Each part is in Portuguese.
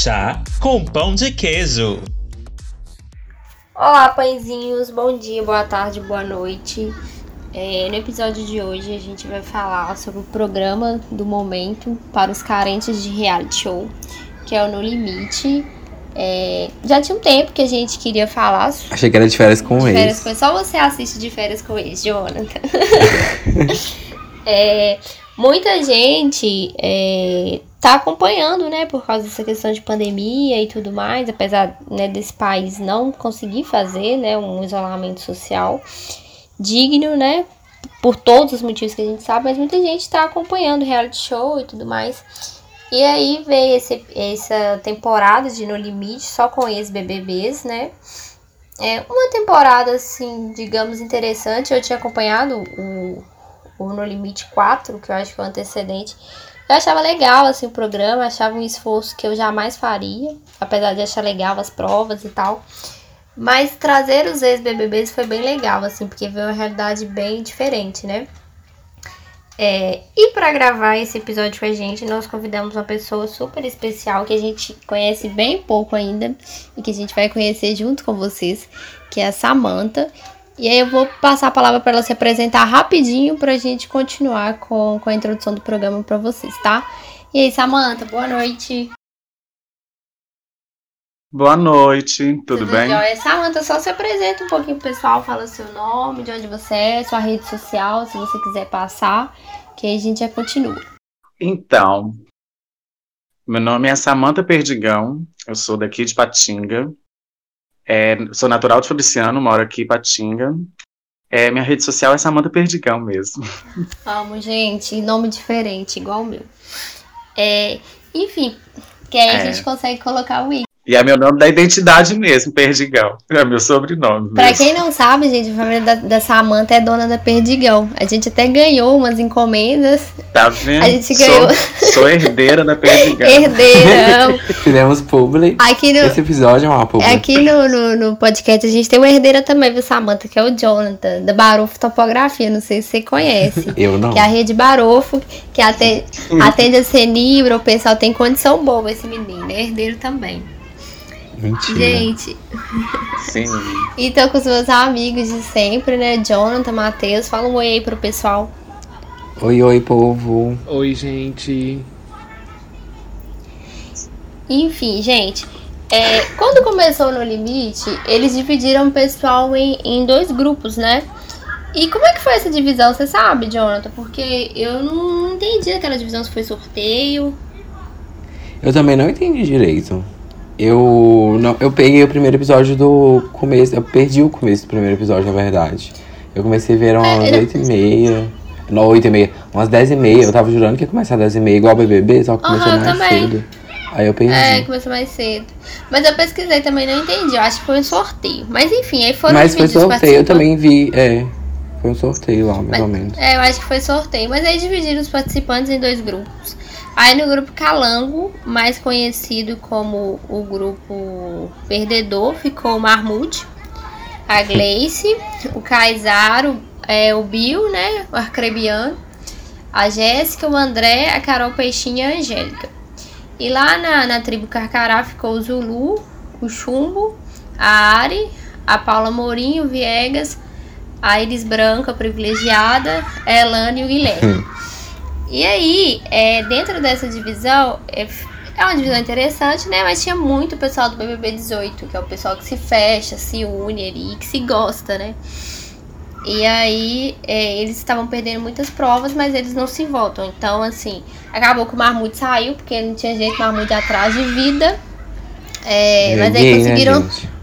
Chá com pão de queijo. Olá, pãezinhos, bom dia, boa tarde, boa noite. No episódio de hoje a gente vai falar sobre o programa do momento para os carentes de reality show, que é o No Limite. Já tinha um tempo que a gente queria falar. Achei que era de férias com ex. Só você assiste de férias com ex, Jonathan. Muita gente tá acompanhando, né, por causa dessa questão de pandemia e tudo mais, apesar, né, desse país não conseguir fazer, né, um isolamento social digno, né, por todos os motivos que a gente sabe, mas muita gente tá acompanhando o reality show e tudo mais. E aí veio essa temporada de No Limite, só com ex-BBBs, né? Uma temporada, assim, digamos, interessante. Eu tinha acompanhado o No Limite 4, que eu acho que foi o antecedente. Eu achava legal, assim, o programa, achava um esforço que eu jamais faria, apesar de achar legal as provas e tal. Mas trazer os ex-BBBs foi bem legal, assim, porque veio uma realidade bem diferente, né? E para gravar esse episódio com a gente, nós convidamos uma pessoa super especial que a gente conhece bem pouco ainda e que a gente vai conhecer junto com vocês, que é a Samantha. E aí eu vou passar a palavra para ela se apresentar rapidinho pra gente continuar com a introdução do programa para vocês, tá? E aí, Samantha, boa noite. Boa noite, tudo bem? Samantha, só se apresenta um pouquinho pro pessoal, fala seu nome, de onde você é, sua rede social, se você quiser passar, que aí a gente já continua. Então, meu nome é Samantha Perdigão, eu sou daqui de Patinga, sou natural de Feliciano, moro aqui em Patinga. Minha rede social é Samantha Perdigão mesmo. Amo, gente, nome diferente, igual o meu. Enfim, que aí a gente consegue colocar o i. E é meu nome da identidade mesmo, Perdigão. É meu sobrenome mesmo. Pra quem não sabe, gente, a família da Samantha é dona da Perdigão. A gente até ganhou umas encomendas. Tá vendo? A gente ganhou. Sou herdeira da Perdigão. Herdeira. Fizemos publi. Esse episódio é uma publi. Aqui no podcast a gente tem uma herdeira também, viu, Samantha? Que é o Jonathan, da Barofo Topografia. Não sei se você conhece. Eu não. Que é a rede Barofo, que atende a Senibra. O pessoal tem condição boa, esse menino. É herdeiro também. Mentira. Gente. Sim. Então, com os meus amigos de sempre, né? Jonathan, Matheus, fala um oi aí pro pessoal. Oi, povo. Oi, gente. Enfim, gente. Quando começou No Limite, eles dividiram o pessoal em dois grupos, né? E como é que foi essa divisão? Você sabe, Jonathan? Porque eu não entendi aquela divisão, se foi sorteio. Eu também não entendi direito. Eu peguei o primeiro episódio do começo. Eu perdi o começo do primeiro episódio, na verdade. Eu comecei a ver umas 8h30. Não, 8h30. Umas 10h30. Eu tava jurando que ia começar às 10h30, igual o BBB, só que começou mais também. cedo. Aí eu perdi. Começou mais cedo. Mas eu pesquisei também, não entendi. Eu acho que foi um sorteio. Mas enfim, aí foram Mas foi divididos sorteio, eu também vi. Foi um sorteio lá, mais ou menos. Eu acho que foi sorteio. Mas aí dividiram os participantes em dois grupos. Aí no grupo Calango, mais conhecido como o grupo Perdedor, ficou o Marmude, a Gleice, o Kaysaro, o Bill, né, o Arcrebiano, a Jéssica, o André, a Carol Peixinho e a Angélica. E lá na tribo Carcará ficou o Zulu, o Chumbo, a Ari, a Paula Mourinho, o Viegas, a Iris Branca, a Privilegiada, a Elane e o Guilherme. E aí, dentro dessa divisão, é uma divisão interessante, né? Mas tinha muito pessoal do BBB 18, que é o pessoal que se fecha, se une ali, que se gosta, né? E aí, eles estavam perdendo muitas provas, mas eles não se votam. Então, assim, acabou que o Marmude saiu, porque não tinha jeito, Marmude atrás de vida. Mas aí conseguiram... Né, gente?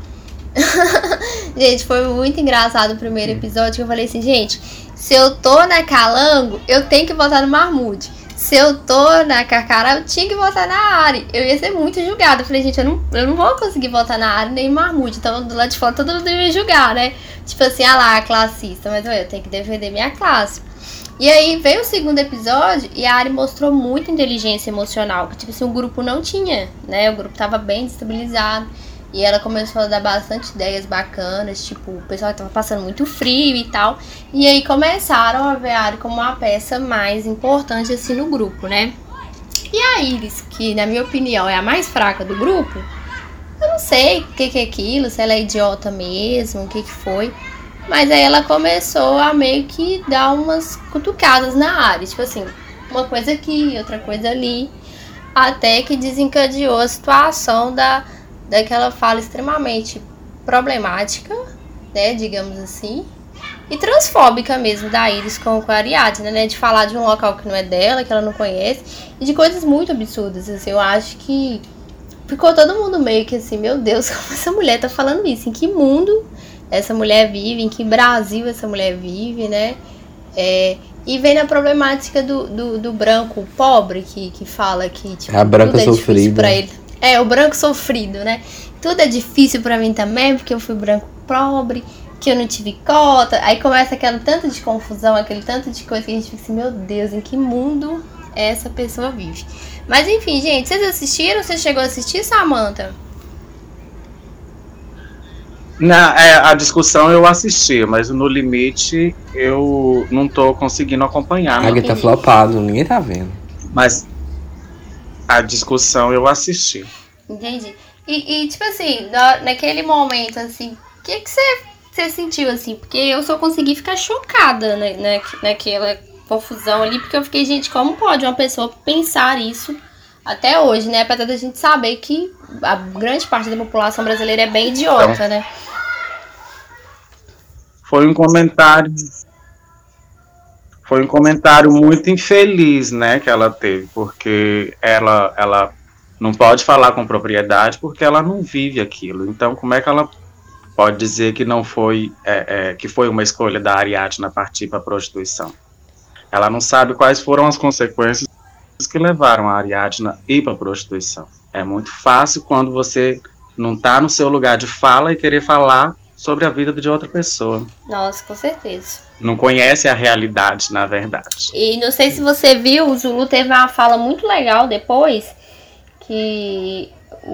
Gente, foi muito engraçado o primeiro episódio, que eu falei assim, gente... Se eu tô na Calango, eu tenho que votar no Marmude. Se eu tô na Carcará, eu tinha que votar na Ari. Eu ia ser muito julgada. Eu falei, gente, eu não vou conseguir votar na Ari nem no Marmude. Então, do lado de fora, todo mundo deve julgar, né? Tipo assim, lá, classista. Mas eu tenho que defender minha classe. E aí, veio o segundo episódio e a Ari mostrou muita inteligência emocional. Que, tipo assim, o grupo não tinha, né? O grupo tava bem destabilizado. E ela começou a dar bastante ideias bacanas, tipo, o pessoal tava passando muito frio e tal. E aí começaram a ver a Ari como uma peça mais importante, assim, no grupo, né? E a Iris, que na minha opinião é a mais fraca do grupo, eu não sei o que é aquilo, se ela é idiota mesmo, o que foi. Mas aí ela começou a meio que dar umas cutucadas na Ares. Tipo assim, uma coisa aqui, outra coisa ali. Até que desencadeou a situação daquela fala extremamente problemática, né, digamos assim. E transfóbica mesmo da Iris com a Ariadne, né? De falar de um local que não é dela, que ela não conhece. E de coisas muito absurdas, assim. Eu acho que ficou todo mundo meio que assim, meu Deus, como essa mulher tá falando isso? Em que mundo essa mulher vive? Em que Brasil essa mulher vive, né? E vem na problemática do branco pobre, que fala que tipo, a branca tudo é sofrida. difícil pra ele. O branco sofrido, né? Tudo é difícil pra mim também, porque eu fui branco pobre, que eu não tive cota. Aí começa aquele tanto de confusão, aquele tanto de coisa que a gente fica assim, meu Deus, em que mundo essa pessoa vive? Mas enfim, gente, vocês assistiram? Você chegou a assistir, Samantha? A discussão eu assisti, mas no limite eu não tô conseguindo acompanhar. Aqui tá flopado, ninguém tá vendo. Mas a discussão eu assisti. Entendi. E tipo assim, naquele momento, assim, o que você sentiu, assim? Porque eu só consegui ficar chocada naquela confusão ali, porque eu fiquei, gente, como pode uma pessoa pensar isso até hoje, né? Apesar da gente saber que a grande parte da população brasileira é bem idiota, então, né? Foi um comentário muito infeliz, né, que ela teve, porque ela não pode falar com propriedade porque ela não vive aquilo. Então, como é que ela pode dizer que não foi, que foi uma escolha da Ariadne partir para a prostituição? Ela não sabe quais foram as consequências que levaram a Ariadne a ir para a prostituição. É muito fácil quando você não está no seu lugar de fala e querer falar sobre a vida de outra pessoa. Nossa, com certeza. Não conhece a realidade, na verdade. E não sei se você viu, o Zulu teve uma fala muito legal depois, que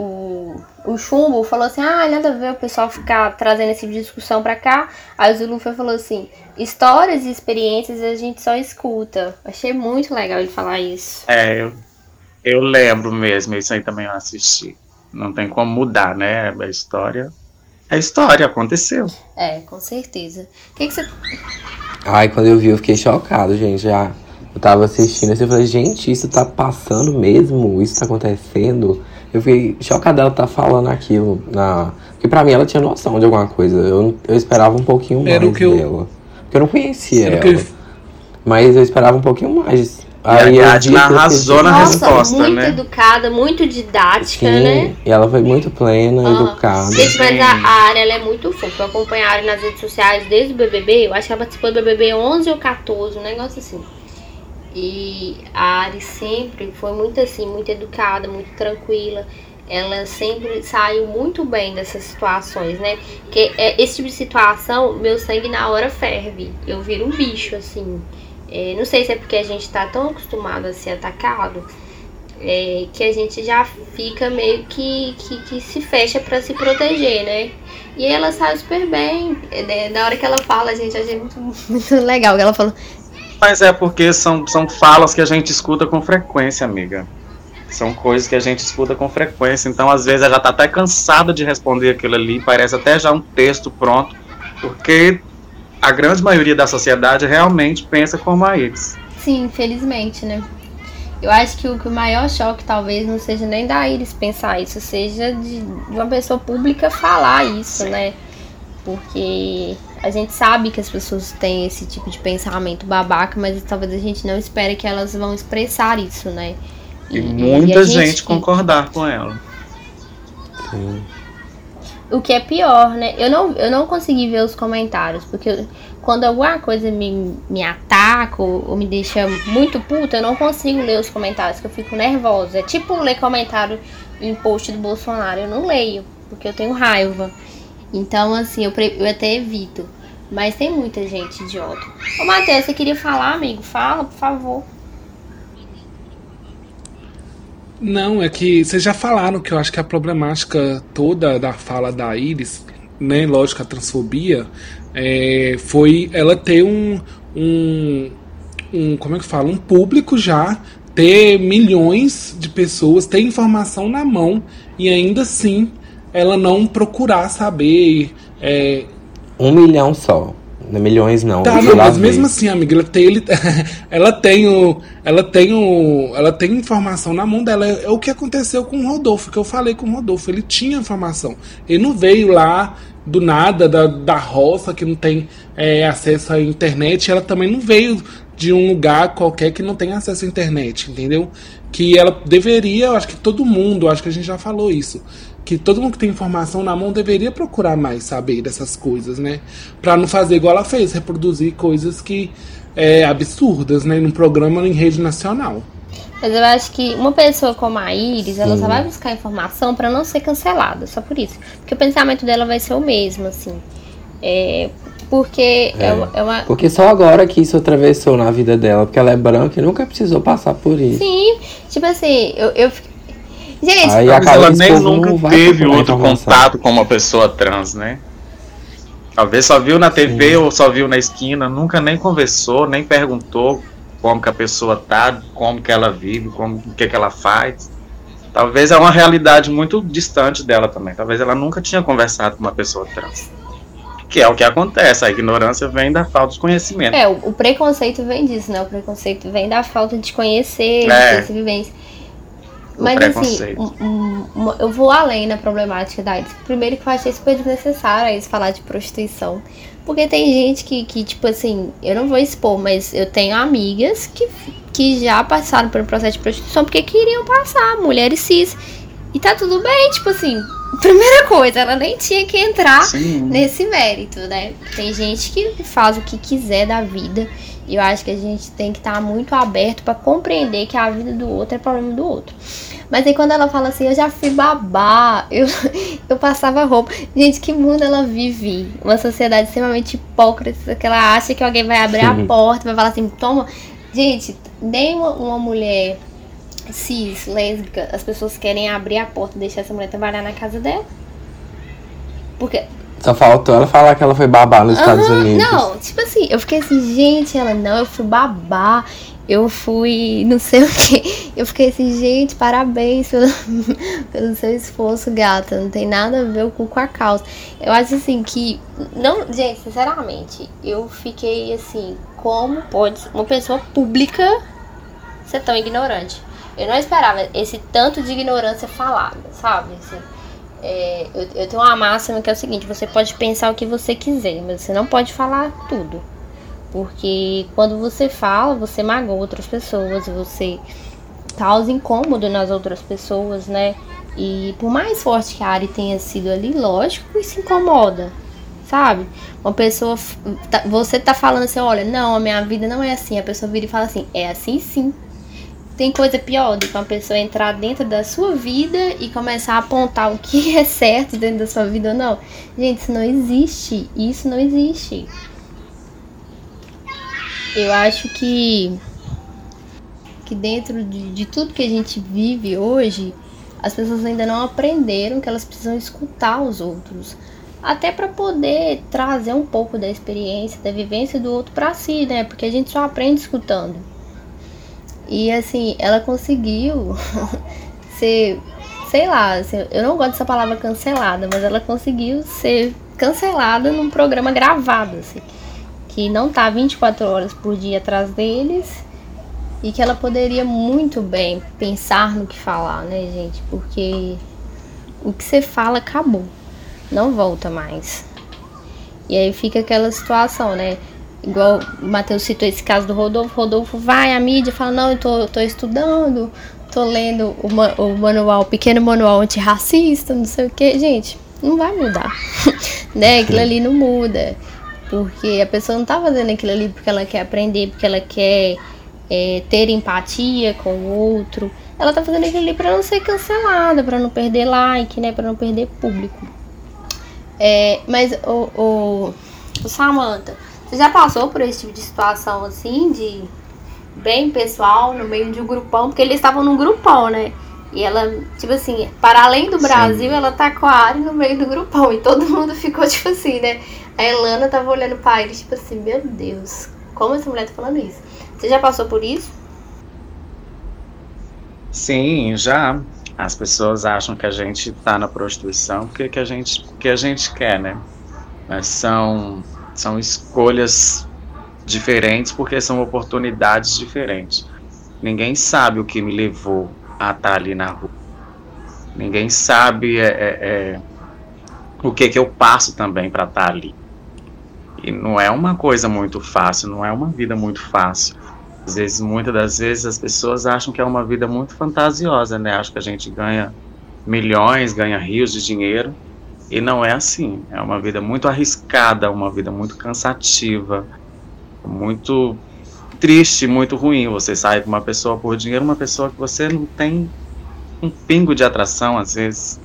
o Chumbo falou assim, nada a ver o pessoal ficar trazendo esse tipo de discussão pra cá. Aí o Zulu falou assim, histórias e experiências a gente só escuta. Achei muito legal ele falar isso. Eu lembro mesmo, isso aí também eu assisti. Não tem como mudar, né, a história. A história aconteceu. Com certeza. O que você... Ai, quando eu vi, eu fiquei chocado, gente. Eu tava assistindo assim, eu falei, gente, isso tá passando mesmo? Isso tá acontecendo? Eu fiquei chocada dela tá falando aquilo. Porque pra mim ela tinha noção de alguma coisa. Eu esperava um pouquinho mais dela. Porque eu não conhecia ela. Mas eu esperava um pouquinho mais. Aí a Ariadne arrasou na resposta, muito né? Muito educada, muito didática, sim, né? E ela foi muito plena, educada. Gente, mas a Ari, ela é muito fofa. Eu acompanho a Ari nas redes sociais desde o BBB. Eu acho que ela participou do BBB 11 ou 14, um negócio assim. E a Ari sempre foi muito assim, muito educada, muito tranquila. Ela sempre saiu muito bem dessas situações, né? Porque esse tipo de situação, meu sangue na hora ferve. Eu viro um bicho, assim. Não sei se é porque a gente tá tão acostumado a ser atacado, que a gente já fica meio que se fecha pra se proteger, né? E ela saiu super bem. Na hora que ela fala, a gente achei muito legal. Ela falou... Mas é porque são falas que a gente escuta com frequência, amiga. São coisas que a gente escuta com frequência. Então, às vezes, ela já tá até cansada de responder aquilo ali. Parece até já um texto pronto. Porque a grande maioria da sociedade realmente pensa como a eles. Sim, infelizmente, né? Eu acho que o maior choque talvez não seja nem da Iris pensar isso, seja de uma pessoa pública falar isso, sim, né? Porque a gente sabe que as pessoas têm esse tipo de pensamento babaca, mas talvez a gente não espere que elas vão expressar isso, né? E muita gente concordar com ela. Sim. O que é pior, né? Eu não consegui ver os comentários, porque quando alguma coisa me ataca ou me deixa muito puta, eu não consigo ler os comentários, que eu fico nervosa. É tipo ler comentário em post do Bolsonaro, eu não leio, porque eu tenho raiva. Então, assim, eu até evito. Mas tem muita gente idiota. Ô, Matheus, você queria falar, amigo? Fala, por favor. Não, é que vocês já falaram que eu acho que a problemática toda da fala da Iris, né, lógico, a transfobia, foi ela ter como é que fala? Um público já ter milhões de pessoas, ter informação na mão e ainda assim ela não procurar saber. 1 milhão só. Não, milhões não. Tá, não, mas mesmo assim, amiga, ela tem informação na mão dela. É o que aconteceu com o Rodolfo, que eu falei com o Rodolfo. Ele tinha informação. Ele não veio lá do nada, da roça, que não tem acesso à internet. Ela também não veio de um lugar qualquer que não tem acesso à internet, entendeu? Que ela deveria, eu acho que todo mundo, acho que a gente já falou isso, que todo mundo que tem informação na mão deveria procurar mais saber dessas coisas, né? Pra não fazer igual ela fez, reproduzir coisas que absurdas, né? Num programa em rede nacional. Mas eu acho que uma pessoa como a Iris, ela só vai buscar informação pra não ser cancelada, só por isso. Porque o pensamento dela vai ser o mesmo, assim. Porque Porque só agora que isso atravessou na vida dela, porque ela é branca e nunca precisou passar por isso. Sim, tipo assim, gente, aí ela nem nunca teve outro contato com uma pessoa trans, né? Talvez só viu na TV ou só viu na esquina, nunca nem conversou, nem perguntou como que a pessoa tá, como que ela vive, o que ela faz. Talvez é uma realidade muito distante dela também. Talvez ela nunca tinha conversado com uma pessoa trans. Que é o que acontece, a ignorância vem da falta de conhecimento. O preconceito vem disso, né? O preconceito vem da falta de conhecer, de ter essa vivência. Mas assim, eu vou além na problemática da AIDS. Primeiro que eu achei super desnecessário eles falar de prostituição. Porque tem gente que, tipo assim, eu não vou expor, mas eu tenho amigas que já passaram por um processo de prostituição porque queriam passar, mulheres cis. E tá tudo bem, tipo assim, primeira coisa, ela nem tinha que entrar nesse mérito, né? Tem gente que faz o que quiser da vida. E eu acho que a gente tem que estar muito aberto pra compreender que a vida do outro é problema do outro. Mas aí quando ela fala assim, eu já fui babá, eu passava roupa. Gente, que mundo ela vive? Uma sociedade extremamente hipócrita, que ela acha que alguém vai abrir a porta, vai falar assim, toma. Gente, nem uma mulher cis, lésbica, as pessoas querem abrir a porta e deixar essa mulher trabalhar na casa dela. Porque... Só faltou ela falar que ela foi babá nos Estados Unidos. Não, tipo assim, eu fiquei assim, gente, eu fui babá, eu fui não sei o que. Eu fiquei assim, gente, parabéns pelo seu esforço, gata. Não tem nada a ver o cu com a causa. Eu acho assim que, não, gente, sinceramente, eu fiquei assim, como pode uma pessoa pública ser tão ignorante? Eu não esperava esse tanto de ignorância falada, sabe, assim. Eu tenho uma máxima que é o seguinte: você pode pensar o que você quiser, mas você não pode falar tudo. Porque quando você fala, você magoa outras pessoas, você causa incômodo nas outras pessoas, né? E por mais forte que a Ari tenha sido ali, lógico que isso incomoda, sabe? Uma pessoa, você tá falando assim, olha, não, a minha vida não é assim. A pessoa vira e fala assim, é assim sim. Tem coisa pior do que uma pessoa entrar dentro da sua vida e começar a apontar o que é certo dentro da sua vida ou não. Gente, isso não existe. Isso não existe. Eu acho que dentro de tudo que a gente vive hoje, as pessoas ainda não aprenderam que elas precisam escutar os outros. Até para poder trazer um pouco da experiência, da vivência do outro para si, né? Porque a gente só aprende escutando. E assim, ela conseguiu ser, sei lá, assim, eu não gosto dessa palavra cancelada, mas ela conseguiu ser cancelada num programa gravado, assim, que não tá 24 horas por dia atrás deles e que ela poderia muito bem pensar no que falar, né, gente? Porque o que você fala acabou, não volta mais. E aí fica aquela situação, né? Igual o Matheus citou esse caso do Rodolfo. Rodolfo vai à mídia e fala, não, eu tô estudando, tô lendo o manual, o pequeno manual antirracista, não sei o que. Gente, não vai mudar, né? Aquilo ali não muda, porque a pessoa não tá fazendo aquilo ali porque ela quer aprender, porque ela quer ter empatia com o outro. Ela tá fazendo aquilo ali pra não ser cancelada, pra não perder like, né? Pra não perder público. Mas o Samantha, você já passou por esse tipo de situação assim, de bem pessoal, no meio de um grupão? Porque eles estavam num grupão, né? E ela, tipo assim, para além do Brasil, ela tá com a Ari no meio do grupão. E todo mundo ficou, tipo assim, né? A Elana tava olhando pra ele, tipo assim, meu Deus, como essa mulher tá falando isso? Você já passou por isso? Sim, já. As pessoas acham que a gente tá na prostituição porque que a gente quer, né? Mas são escolhas diferentes porque são oportunidades diferentes. Ninguém sabe o que me levou a estar ali na rua. Ninguém sabe o que eu passo também para estar ali. E não é uma coisa muito fácil, não é uma vida muito fácil. Às vezes, muitas das vezes, as pessoas acham que é uma vida muito fantasiosa, né? Acham que a gente ganha milhões, ganha rios de dinheiro. E não é assim. É uma vida muito arriscada, uma vida muito cansativa, muito triste, muito ruim. Você sai com uma pessoa por dinheiro, uma pessoa que você não tem um pingo de atração, às vezes.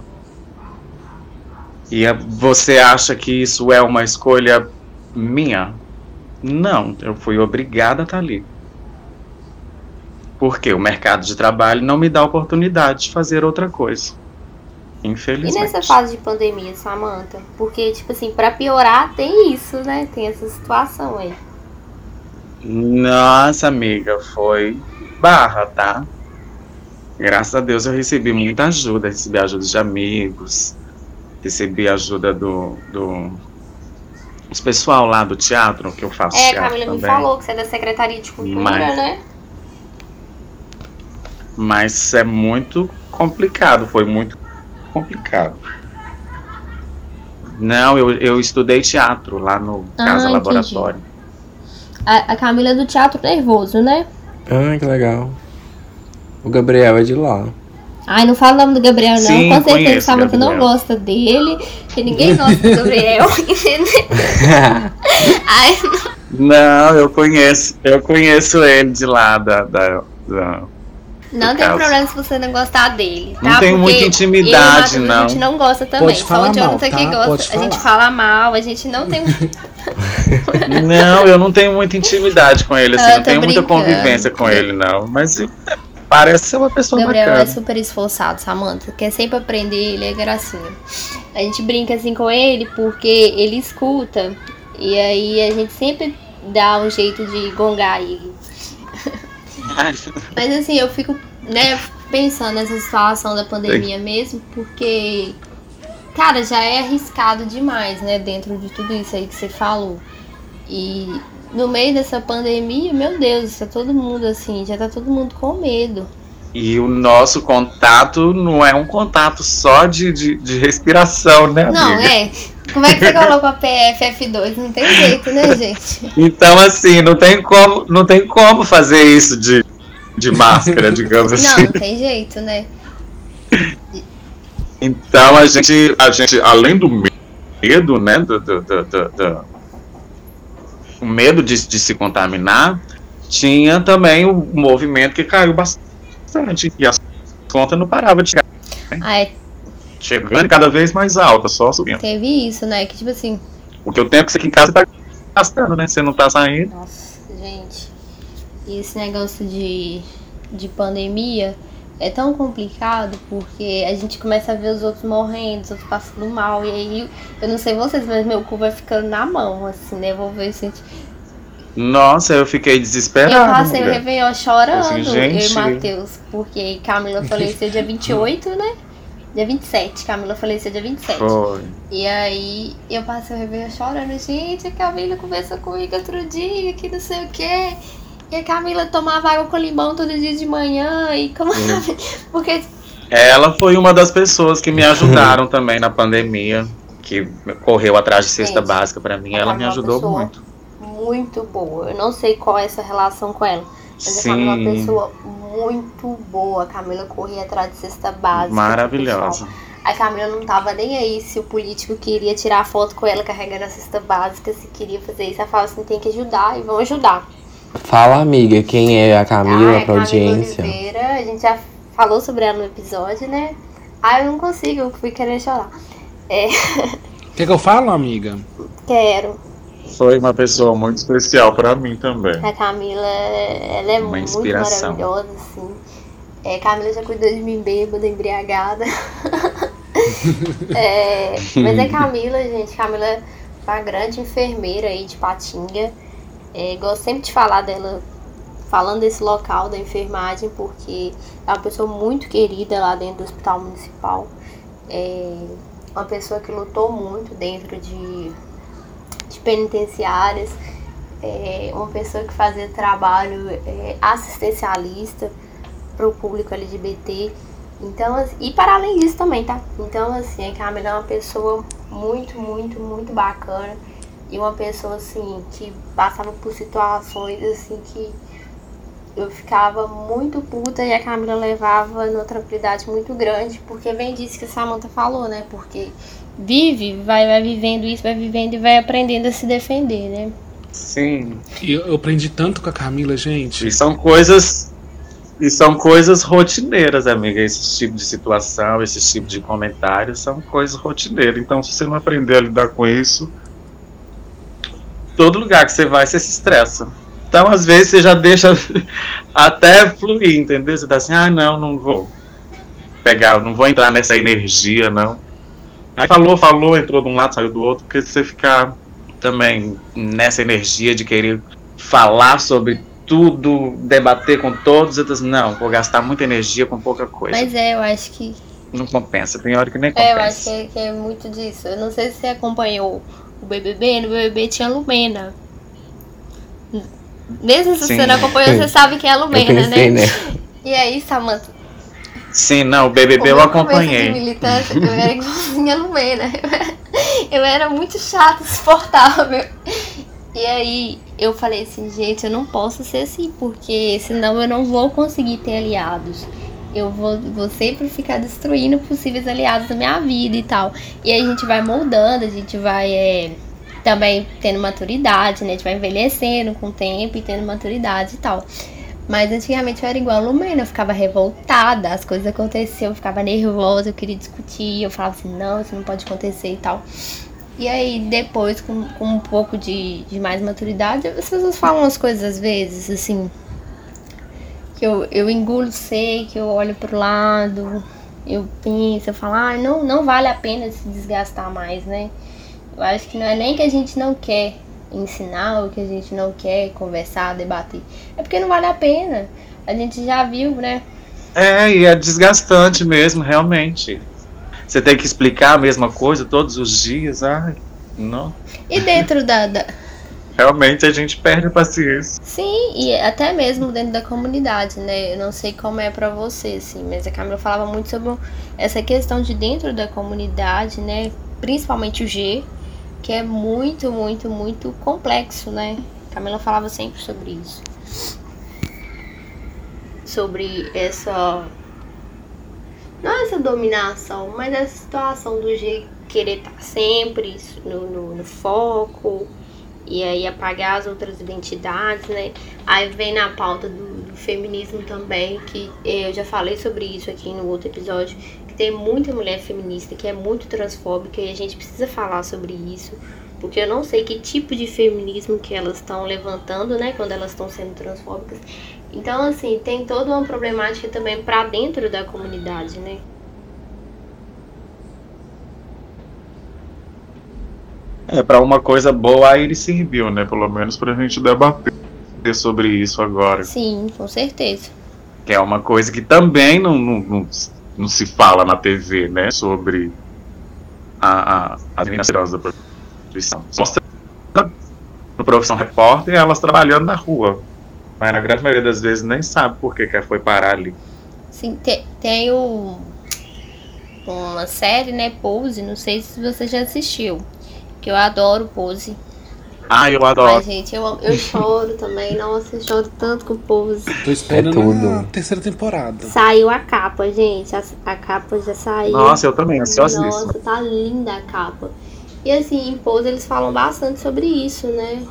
E você acha que isso é uma escolha minha? Não, eu fui obrigada a estar ali. Porque o mercado de trabalho não me dá oportunidade de fazer outra coisa. E Infelizmente. nessa fase de pandemia, Samantha? Porque, tipo assim, pra piorar tem isso, né? Tem essa situação aí. Nossa, amiga, foi barra, tá? Graças a Deus eu recebi muita ajuda. Recebi ajuda de amigos. Recebi ajuda do pessoal lá do teatro, que eu faço A teatro Camila me também. falou que você é da Secretaria de Cultura, né? Mas é muito complicado, foi muito complicado. Não, eu estudei teatro lá no Casa entendi. Laboratório. A Camila é do Teatro Nervoso, né? Ah, que legal. O Gabriel é de lá. Ai, não fala o nome do Gabriel, não. Sim, Com certeza conheço o Samantha não Gabriel. gosta dele. Porque ninguém gosta do Gabriel, entendeu? Ai, Não, eu conheço ele de lá não tem problema se você não gostar dele, tá? Não tenho Porque muita intimidade, eu e o Matheus, não. a gente não gosta também. Pode Só falar o Jonathan mal, que tá? gosta. Pode A gente falar. fala mal, a gente não tem. Não, eu não tenho muita intimidade com ele, assim, Eu não tô tenho muita brincando. convivência com ele, não. Mas parece ser uma O pessoa Gabriel é bacana. super esforçado, Samantha. Quer sempre aprender, ele é gracinha. A gente brinca assim com ele porque ele escuta. E aí a gente sempre dá um jeito de gongar ele. Mas assim, eu fico, né, pensando nessa situação da pandemia mesmo, porque, cara, já é arriscado demais, né, dentro de tudo isso aí que você falou. E no meio dessa pandemia, meu Deus, tá todo mundo assim, já tá todo mundo com medo. E o nosso contato não é um contato só de respiração, né, Não, amiga? Como é que você colocou a PFF2? Não tem jeito, né, gente? Então, assim, não tem como fazer isso de máscara, digamos assim. Não tem jeito, né? Então, a gente além do medo, né, o medo de se contaminar, tinha também o movimento que caiu bastante. E as contas não paravam de chegar. Chegando cada vez mais alta, só subindo. Teve isso, né? Que tipo assim. Porque o tempo que você aqui em casa tá gastando, né? Você não tá saindo. Nossa, gente. E esse negócio de pandemia é tão complicado porque a gente começa a ver os outros morrendo, os outros passando mal. E aí, eu não sei vocês, mas meu cu vai ficando na mão, assim, né? Vou ver se. Nossa, eu fiquei desesperado. Eu passei o mulher. Réveillon chorando, Assim, eu gente. e Matheus, porque Camila faleceu dia 28, né? Dia 27, Camila faleceu dia 27. Foi. E aí eu passei o Réveillon chorando, gente, a Camila conversou comigo outro dia, que não sei o quê. E a Camila tomava água com limão todo dia de manhã e como porque Ela foi uma das pessoas que me ajudaram também na pandemia, que correu atrás de cesta Gente, básica pra mim. ela Ela é me uma ajudou pessoa muito. muito boa. Eu não sei qual é essa relação com ela, mas a Camila é uma Sim. pessoa muito boa. A Camila corria atrás de cesta básica. Maravilhosa. A Camila não tava nem aí se o político queria tirar foto com ela carregando a cesta básica, se queria fazer isso. Ela falava assim, tem que ajudar e vão ajudar. Fala, amiga, quem é a Camila pra Camila audiência? Oliveira, a gente já falou sobre ela no episódio, né? Eu não consigo, eu fui querer chorar. Quer que eu falo, amiga? Quero. Foi uma pessoa muito especial pra mim também. A Camila, ela é Uma muito inspiração. maravilhosa, assim. Camila já cuidou de mim bêbada, embriagada. Mas a Camila, gente, Camila é uma grande enfermeira aí de Patinga. Gosto sempre de falar dela, falando desse local da enfermagem, porque é uma pessoa muito querida lá dentro do Hospital Municipal. Uma pessoa que lutou muito dentro de penitenciárias, uma pessoa que fazia trabalho assistencialista para o público LGBT. Então, assim, e para além disso também, tá? Então, assim, a Camila é uma pessoa muito, muito, muito bacana. E uma pessoa, assim, que passava por situações, assim, que eu ficava muito puta e a Camila levava numa tranquilidade muito grande. Porque vem disso que a Samantha falou, né? Porque vai vivendo isso, vai vivendo e vai aprendendo a se defender, né? Sim. E eu aprendi tanto com a Camila, gente. E são coisas rotineiras, amiga. Esse tipo de situação, esse tipo de comentário são coisas rotineiras. Então, se você não aprender a lidar com isso, todo lugar que você vai, você se estressa. Então, às vezes, você já deixa até fluir, entendeu? Você tá assim, não vou pegar, não vou entrar nessa energia, não. Aí falou, entrou de um lado, saiu do outro, porque você ficar também nessa energia de querer falar sobre tudo, debater com todos, eu tô assim, não, vou gastar muita energia com pouca coisa. Mas eu acho que não compensa, tem hora que nem compensa. Eu acho que é muito disso. Eu não sei se você acompanhou o BBB, no BBB tinha a Lumena. Mesmo se você não acompanhou, você sabe que é a Lumena, né? E aí, Samantha? Sim, não, o BBB eu acompanhei. De militância, eu era igualzinha a Lumena. Eu era muito chata, insuportável. E aí, eu falei assim, gente, eu não posso ser assim, porque senão eu não vou conseguir ter aliados. Eu vou sempre ficar destruindo possíveis aliados da minha vida e tal. E aí a gente vai moldando, a gente vai também tendo maturidade, né? A gente vai envelhecendo com o tempo e tendo maturidade e tal. Mas antigamente eu era igual a Lumena, eu ficava revoltada, as coisas aconteciam, eu ficava nervosa, eu queria discutir, eu falava assim, não, isso não pode acontecer e tal. E aí depois, com um pouco de mais maturidade, as pessoas falam as coisas às vezes, assim, que eu engulo seco, eu olho pro lado, eu penso, eu falo, não vale a pena se desgastar mais, né? Eu acho que não é nem que a gente não quer ensinar ou que a gente não quer conversar, debater. É porque não vale a pena. A gente já viu, né? E é desgastante mesmo, realmente. Você tem que explicar a mesma coisa todos os dias. Não. E dentro Realmente a gente perde a paciência. Sim, e até mesmo dentro da comunidade, né? Eu não sei como é pra você, assim, mas a Camila falava muito sobre essa questão de dentro da comunidade, né? Principalmente o G, que é muito, muito, muito complexo, né? A Camila falava sempre sobre isso. Sobre não essa dominação, mas essa situação do G querer estar sempre no foco e aí apagar as outras identidades, né? Aí vem na pauta do feminismo também, que eu já falei sobre isso aqui no outro episódio, que tem muita mulher feminista que é muito transfóbica e a gente precisa falar sobre isso, porque eu não sei que tipo de feminismo que elas estão levantando, né, quando elas estão sendo transfóbicas. Então, assim, tem toda uma problemática também para dentro da comunidade, né? Para uma coisa boa a ele serviu, né? Pelo menos pra gente debater sobre isso agora. Sim, com certeza. Que é uma coisa que também não se fala na TV, né? Sobre a administração da prostituição. Mostra no Profissão Repórter elas trabalhando na rua. Mas na grande maioria das vezes nem sabe por que foi parar ali. Sim, tem uma série, né, Pose, não sei se você já assistiu, que eu adoro Pose. Eu adoro. Ai, gente, eu choro também, nossa, eu choro tanto com Pose. Tô esperando a terceira temporada. Saiu a capa, gente, a capa já saiu. Nossa, eu também, ansiosíssimo. Nossa, tá linda a capa. E assim, em Pose eles falam bastante sobre isso, né,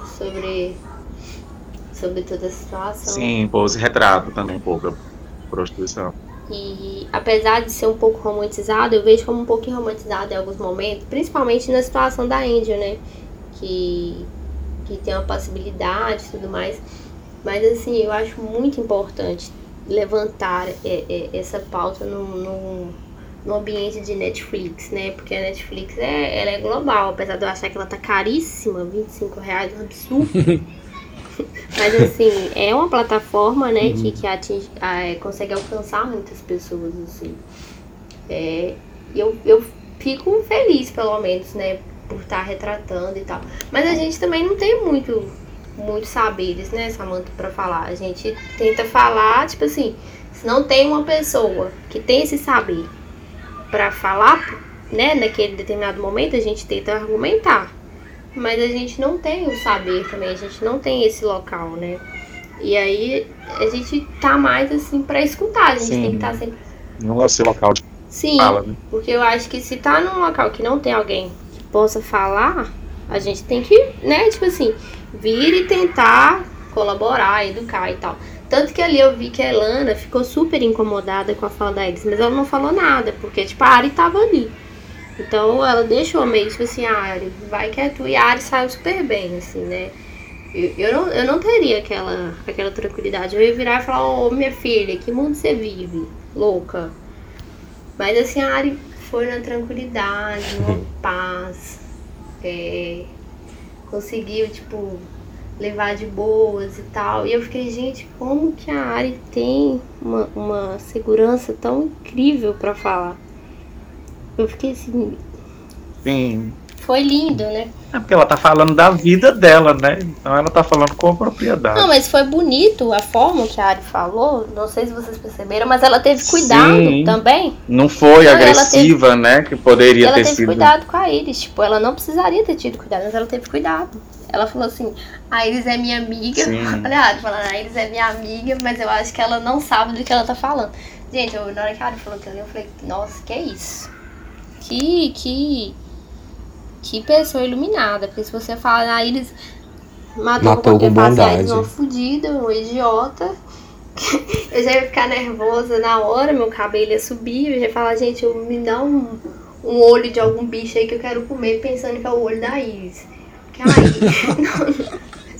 sobre toda a situação. Sim, Pose retrata também um pouco a prostituição. E apesar de ser um pouco romantizado, eu vejo como um pouquinho romantizado em alguns momentos, principalmente na situação da Angel, né? Que tem uma passibilidade e tudo mais. Mas assim, eu acho muito importante levantar essa pauta no ambiente de Netflix, né? Porque a Netflix ela é global, apesar de eu achar que ela tá caríssima, R$25, um absurdo. Mas assim, é uma plataforma, né, que atinge, consegue alcançar muitas pessoas, assim. Eu fico feliz, pelo menos, né, por estar retratando e tal. Mas a gente também não tem muitos saberes, né, Samantha, pra falar. A gente tenta falar, tipo assim, se não tem uma pessoa que tem esse saber pra falar, né, naquele determinado momento, a gente tenta argumentar. Mas a gente não tem o saber também, a gente não tem esse local, né? E aí a gente tá mais assim pra escutar, a gente tem que estar sempre. Não é o seu local de Sim, fala, né? porque eu acho que se tá num local que não tem alguém que possa falar, a gente tem que, né, tipo assim, vir e tentar colaborar, educar e tal. Tanto que ali eu vi que a Elana ficou super incomodada com a fala da Iris, mas ela não falou nada, porque tipo, a Ari tava ali. Então ela deixou meio tipo assim, Ari, vai que é tu, e a Ari saiu super bem, assim, né? Eu não teria aquela tranquilidade. Eu ia virar e falar, ô minha filha, que mundo você vive? Louca. Mas assim, a Ari foi na tranquilidade, numa paz. Conseguiu, tipo, levar de boas e tal. E eu fiquei, gente, como que a Ari tem uma segurança tão incrível pra falar? Eu fiquei assim... Sim. Foi lindo, né? É porque ela tá falando da vida dela, né? Então ela tá falando com propriedade. Não, mas foi bonito a forma que a Ari falou. Não sei se vocês perceberam, mas ela teve cuidado também. Não foi agressiva, né? Que poderia ter sido. Ela teve cuidado com a Iris. Tipo, ela não precisaria ter tido cuidado, mas ela teve cuidado. Ela falou assim, a Iris é minha amiga. Olha a Ari falando, a Iris é minha amiga, mas eu acho que ela não sabe do que ela tá falando. Gente, na hora que a Ari falou aquilo, eu falei, nossa, que é isso? Que pessoa iluminada. Porque se você fala, a Iris matou com bondade, uma fudida, um idiota. Eu já ia ficar nervosa na hora, meu cabelo ia subir, eu ia falar, gente, me dá um olho de algum bicho aí que eu quero comer, pensando que é o olho da Iris. Que aí...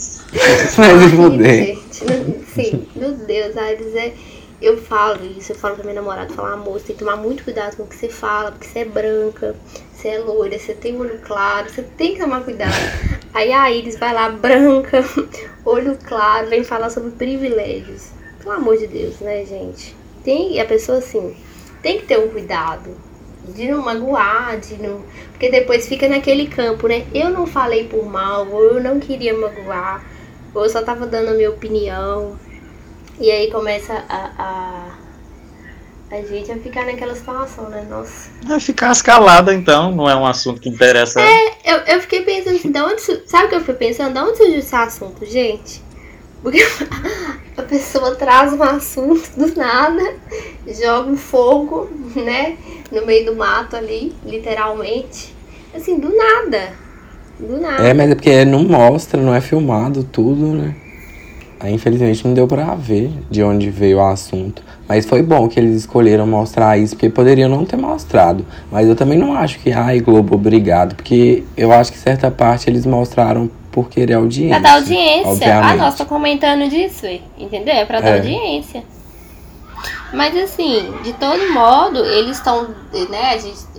Sim, meu Deus, a Iris eu falo isso, eu falo pra meu namorado, falo, amor, você tem que tomar muito cuidado com o que você fala, porque você é branca, você é loira, você tem olho claro, você tem que tomar cuidado. Aí a Iris vai lá, branca, olho claro, vem falar sobre privilégios. Pelo amor de Deus, né, gente? A pessoa, assim, tem que ter um cuidado de não magoar, porque depois fica naquele campo, né? Eu não falei por mal, ou eu não queria magoar, ou eu só tava dando a minha opinião. E aí começa a gente a ficar naquela situação, né? Nossa. Vai ficar escalada, então, não é um assunto que interessa. Eu fiquei pensando assim, sabe o que eu fiquei pensando? De onde surgiu esse assunto, gente? Porque a pessoa traz um assunto do nada, joga um fogo, né? No meio do mato ali, literalmente. Assim, do nada. Do nada. Mas é porque não mostra, não é filmado tudo, né? Aí, infelizmente, não deu pra ver de onde veio o assunto. Mas foi bom que eles escolheram mostrar isso, porque poderiam não ter mostrado. Mas eu também não acho que, Globo, obrigado. Porque eu acho que certa parte eles mostraram por querer audiência. Pra dar audiência. Obviamente. Nós tô comentando disso, entendeu? É pra dar audiência. Mas assim, de todo modo, eles estão, né,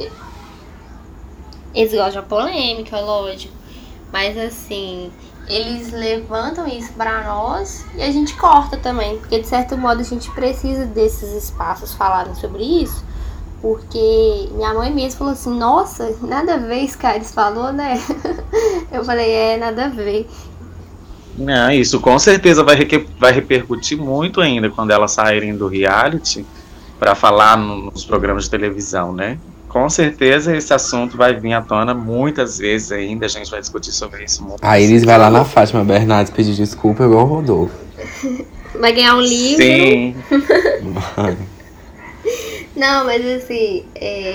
eles gostam de polêmica, lógico. Mas assim... eles levantam isso pra nós e a gente corta também, porque de certo modo a gente precisa desses espaços falarem sobre isso, porque minha mãe mesmo falou assim, nossa, nada a ver isso que a Iris falou, né? Eu falei, nada a ver. Isso com certeza vai repercutir muito ainda quando elas saírem do reality pra falar nos programas de televisão, né? Com certeza esse assunto vai vir à tona muitas vezes ainda, a gente vai discutir sobre isso muito. A Iris vai lá na Fátima Bernardes pedir desculpa igual o Rodolfo. Vai ganhar um livro. Sim. Não, mas assim,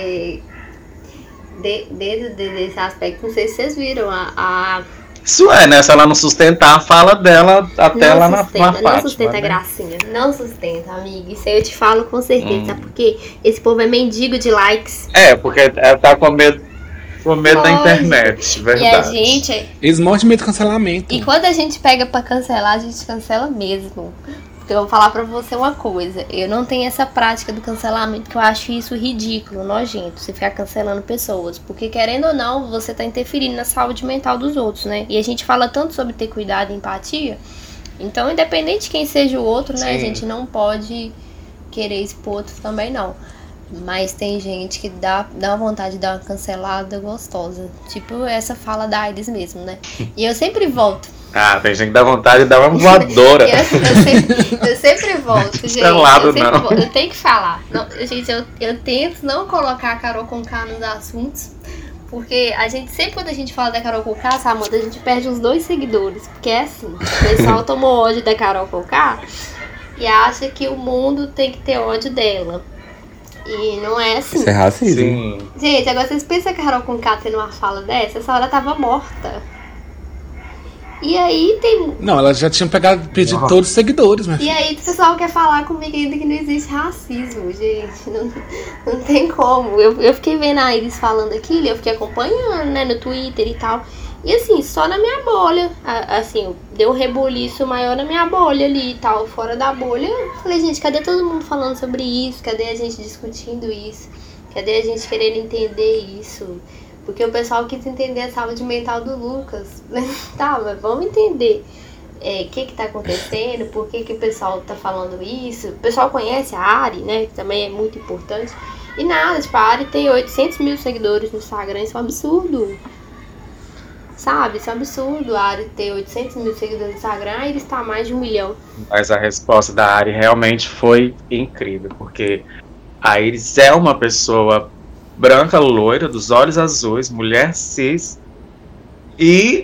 dentro desse aspecto, não sei se vocês viram Isso né? Se ela não sustentar a fala dela até lá na Fátima. Não sustenta, né? Gracinha. Não sustenta, amiga. Isso aí eu te falo com certeza. Sabe por quê? Esse povo é mendigo de likes. Porque ela tá com medo da internet, verdade. E a gente... eles morrem de medo de cancelamento. E quando a gente pega pra cancelar, a gente cancela mesmo. Porque eu vou falar pra você uma coisa. Eu não tenho essa prática do cancelamento, que eu acho isso ridículo, nojento. Você ficar cancelando pessoas. Porque, querendo ou não, você tá interferindo na saúde mental dos outros, né? E a gente fala tanto sobre ter cuidado e empatia. Então, independente de quem seja o outro, né? Sim. A gente não pode querer expor outro também, não. Mas tem gente que dá vontade de dar uma cancelada gostosa. Tipo essa fala da Aires mesmo, né? E eu sempre volto. Ah, tem gente que dá vontade de dar uma voadora. eu sempre volto, gente. Cancelado, não. Eu tenho que falar. Não, gente, eu tento não colocar a Carol Conká nos assuntos. Porque a gente, sempre quando a gente fala da Carol Conká, Samanta, a gente perde uns 2 seguidores. Porque é assim, o pessoal tomou ódio da Carol Conká e acha que o mundo tem que ter ódio dela. E não é assim. Isso é racismo. Sim. Gente, agora vocês pensam que a Carol Conká tendo uma fala dessa? Essa hora tava morta. E aí tem... Não, ela já tinha pedido todos os seguidores, mas... E aí o pessoal quer falar comigo ainda que não existe racismo, gente. Não tem como. Eu fiquei vendo a Iris falando aquilo, eu fiquei acompanhando, né, no Twitter e tal. E assim, só na minha bolha. Assim, deu um rebuliço maior na minha bolha ali e tal. Fora da bolha, eu falei, gente, cadê todo mundo falando sobre isso? Cadê a gente discutindo isso? Cadê a gente querendo entender isso? Porque o pessoal quis entender a saúde mental do Lucas. Tá, mas vamos entender o que tá acontecendo, por que o pessoal tá falando isso. O pessoal conhece a Ari, né, que também é muito importante. E nada, tipo, a Ari tem 800 mil seguidores no Instagram, isso é um absurdo. Sabe, isso é um absurdo. A Ari ter 800 mil seguidores no Instagram e ele está a mais de 1 milhão. Mas a resposta da Ari realmente foi incrível, porque a Iris é uma pessoa branca, loira, dos olhos azuis, mulher cis, e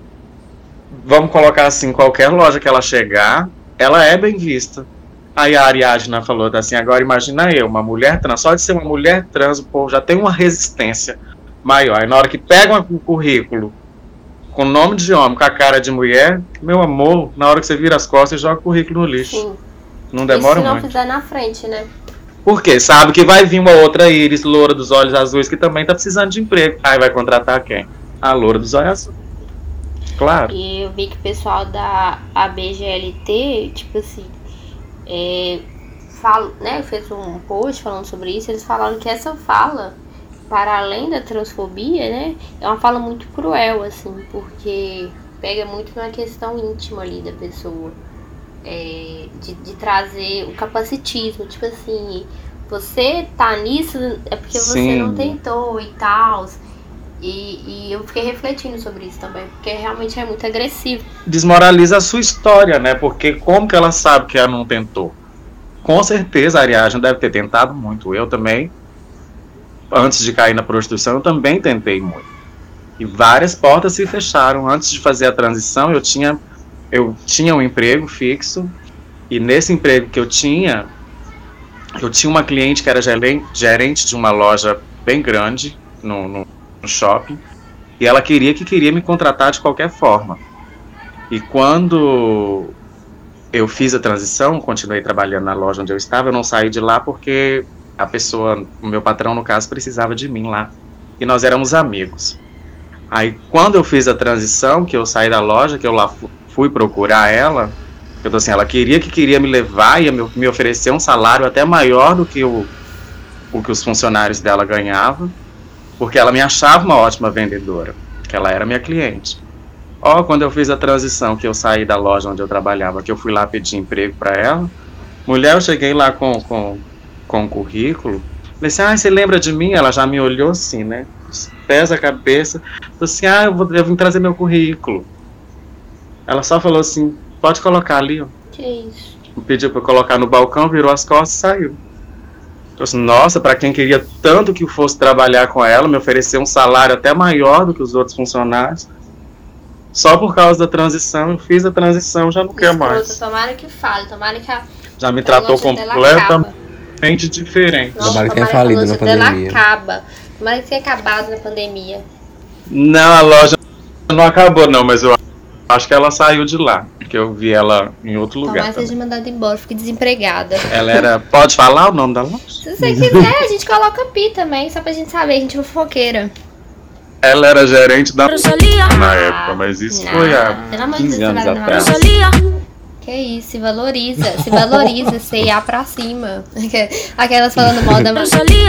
vamos colocar assim, qualquer loja que ela chegar, ela é bem vista. Aí a Ariadna falou assim, agora imagina eu, uma mulher trans, só de ser uma mulher trans, o povo já tem uma resistência maior. Aí na hora que pega um currículo com nome de homem, com a cara de mulher, meu amor, na hora que você vira as costas, joga o currículo no lixo. Sim. Não demora muito. Se não fizer na frente, né? Porque sabe que vai vir uma outra Iris, loura dos olhos azuis, que também tá precisando de emprego. Aí vai contratar quem? A loura dos olhos azuis. Claro. E eu vi que o pessoal da ABGLT, tipo assim, fez um post falando sobre isso. Eles falaram que essa fala, para além da transfobia, né, é uma fala muito cruel, assim, porque pega muito na questão íntima ali da pessoa. De trazer o capacitismo, tipo assim, você tá nisso é porque você não tentou e tal. E eu fiquei refletindo sobre isso também, porque realmente é muito agressivo. Desmoraliza a sua história, né? Porque como que ela sabe que ela não tentou? Com certeza a Ariadna deve ter tentado muito. Eu também, antes de cair na prostituição, eu também tentei muito. E várias portas se fecharam. Antes de fazer a transição, eu tinha um emprego fixo, e nesse emprego que eu tinha uma cliente que era gerente de uma loja bem grande no shopping, e ela queria me contratar de qualquer forma. E quando eu fiz a transição, continuei trabalhando na loja onde eu estava, eu não saí de lá porque o meu patrão, no caso, precisava de mim lá, e nós éramos amigos. Aí quando eu fiz a transição, que eu saí da loja, que eu lá fui procurar ela, assim, ela queria me levar e me oferecer um salário até maior do que o que os funcionários dela ganhavam, porque ela me achava uma ótima vendedora, que ela era minha cliente. Quando eu fiz a transição, que eu saí da loja onde eu trabalhava, que eu fui lá pedir emprego para ela, mulher, eu cheguei lá com o currículo, falei assim, você lembra de mim? Ela já me olhou assim, né, pesa a cabeça, falei assim, eu vim trazer meu currículo. Ela só falou assim, pode colocar ali, ó. Que isso? Pediu pra eu colocar no balcão, virou as costas e saiu. Eu disse, nossa, pra quem queria tanto que eu fosse trabalhar com ela, me ofereceu um salário até maior do que os outros funcionários. Só por causa da transição, eu fiz a transição, já não quero mais. Tomara que fale, tomara que já me tratou completamente diferente. Nossa, tomara que tenha falido na pandemia. Tomara que tenha acabado na pandemia. Não, a loja não acabou não, mas eu acho que ela saiu de lá, porque eu vi ela em outro lugar. Tomara que seja mandada embora, fiquei desempregada. Ela era... Pode falar o nome da loja? Se você quiser, a gente coloca pi também, só pra gente saber, a gente é fofoqueira. Ela era gerente da na época, mas isso foi há 15 anos atrás. Que isso, se valoriza, C&A pra cima. Aquelas falando mal da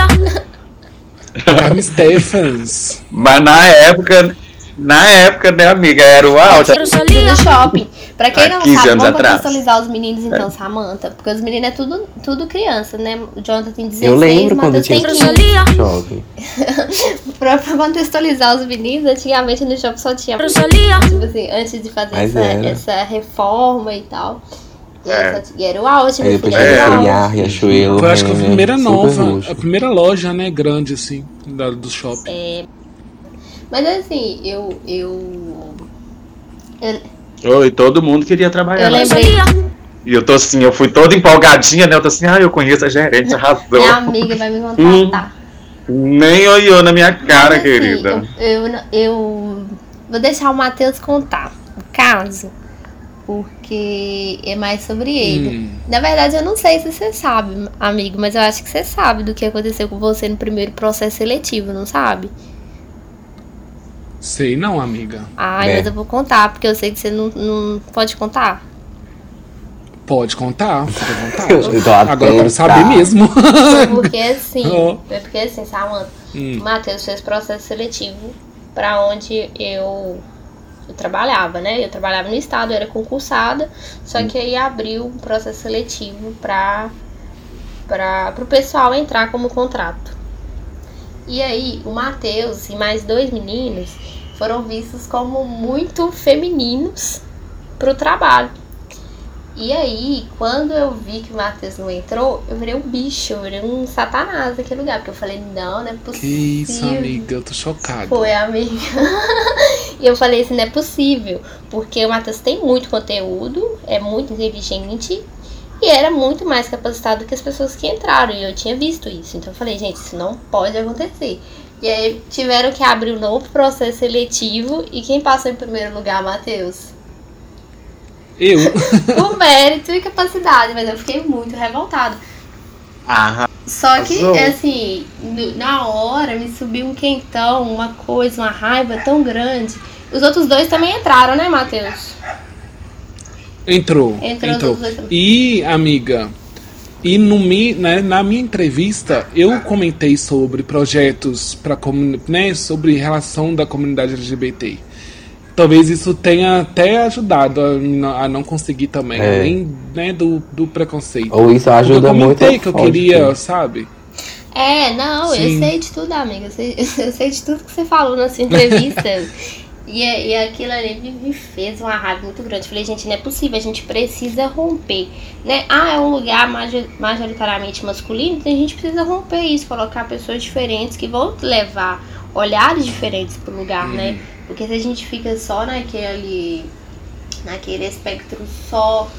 Carmen Stephens. Mas na época, né, amiga, era o auge. No shopping. Pra quem não 15 sabe, anos vamos atrás. contextualizar os meninos então, Samantha. Porque os meninos é tudo criança, né? O Jonathan tem 16, Eu lembro o quando eu Matheus tinha tem 15. shopping. Pra contextualizar os meninos, antigamente no shopping só tinha tipo assim, antes de fazer essa reforma e tal. E era o auge, Aí meu depois filho, era o tinha auge. Riachuelo, Eu acho que a Renner, primeira super nova, luxo. a primeira loja, né, grande, assim, do shopping. Mas assim, eu Oi, todo mundo queria trabalhar. lembrei. E eu tô assim, eu fui toda empolgadinha, né? Eu tô assim, eu conheço a gerente, arrasou. Minha amiga vai me contratar. Nem olhou na minha cara, Mas, assim, querida. Eu vou deixar o Matheus contar o caso, porque é mais sobre ele. Na verdade, eu não sei se você sabe, amigo, mas eu acho que você sabe do que aconteceu com você no primeiro processo seletivo, não sabe? Sei não, amiga. Ai, mas eu vou contar, porque eu sei que você não pode contar. Pode contar, fica à vontade. Eu tô Agora eu quero saber atenta. mesmo. Foi porque assim, Oh. Samantha, o Matheus fez processo seletivo pra onde eu trabalhava, né? Eu trabalhava no estado, eu era concursada, só que aí abriu um processo seletivo para o pessoal entrar como contrato. E aí, o Matheus e mais 2 meninos foram vistos como muito femininos pro trabalho. E aí, quando eu vi que o Matheus não entrou, eu virei um bicho, eu virei um satanás naquele lugar. Porque eu falei, não é possível. Que isso, amiga, eu tô chocada. Foi, amiga. E eu falei assim, não é possível. Porque o Matheus tem muito conteúdo, é muito inteligente e era muito mais capacitado que as pessoas que entraram. E eu tinha visto isso. Então eu falei, gente, isso não pode acontecer. E aí tiveram que abrir um novo processo seletivo. E quem passou em primeiro lugar, Matheus? Eu? Por mérito e capacidade, mas eu fiquei muito revoltada. Só que, assim, na hora me subiu um quentão, uma coisa, uma raiva tão grande. Os outros 2 também entraram, né, Matheus? Entrou. Entrou. E, amiga, na minha entrevista, eu comentei sobre projetos né, sobre relação da comunidade LGBT. Talvez isso tenha até ajudado a não conseguir também, além, né, do preconceito. Ou isso ajuda muito. Eu comentei que eu queria, sabe? Não, Sim. eu sei de tudo, amiga. Eu sei de tudo que você falou na sua entrevista. E aquilo ali me fez uma raiva muito grande. Eu falei, gente, não é possível, a gente precisa romper, né? É um lugar majoritariamente masculino, então a gente precisa romper isso, colocar pessoas diferentes que vão levar olhares diferentes pro lugar, né? Porque se a gente fica só naquele espectro só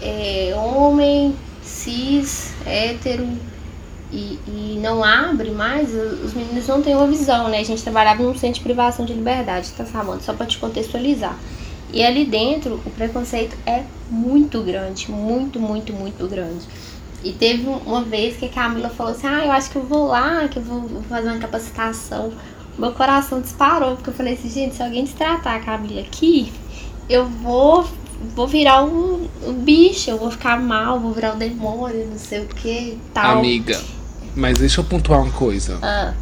homem, cis, hétero e não abre mais, os meninos não têm uma visão, né? A gente trabalhava num centro de privação de liberdade, tá, Samantha? Só pra te contextualizar. E ali dentro, o preconceito é muito grande, muito, muito, muito grande. E teve uma vez que a Camila falou assim, eu acho que eu vou lá, que eu vou fazer uma capacitação. Meu coração disparou, porque eu falei assim, gente, se alguém destratar a Camila aqui, eu vou virar um bicho, eu vou ficar mal, vou virar um demônio, não sei o que, tal. Amiga, mas deixa eu pontuar uma coisa.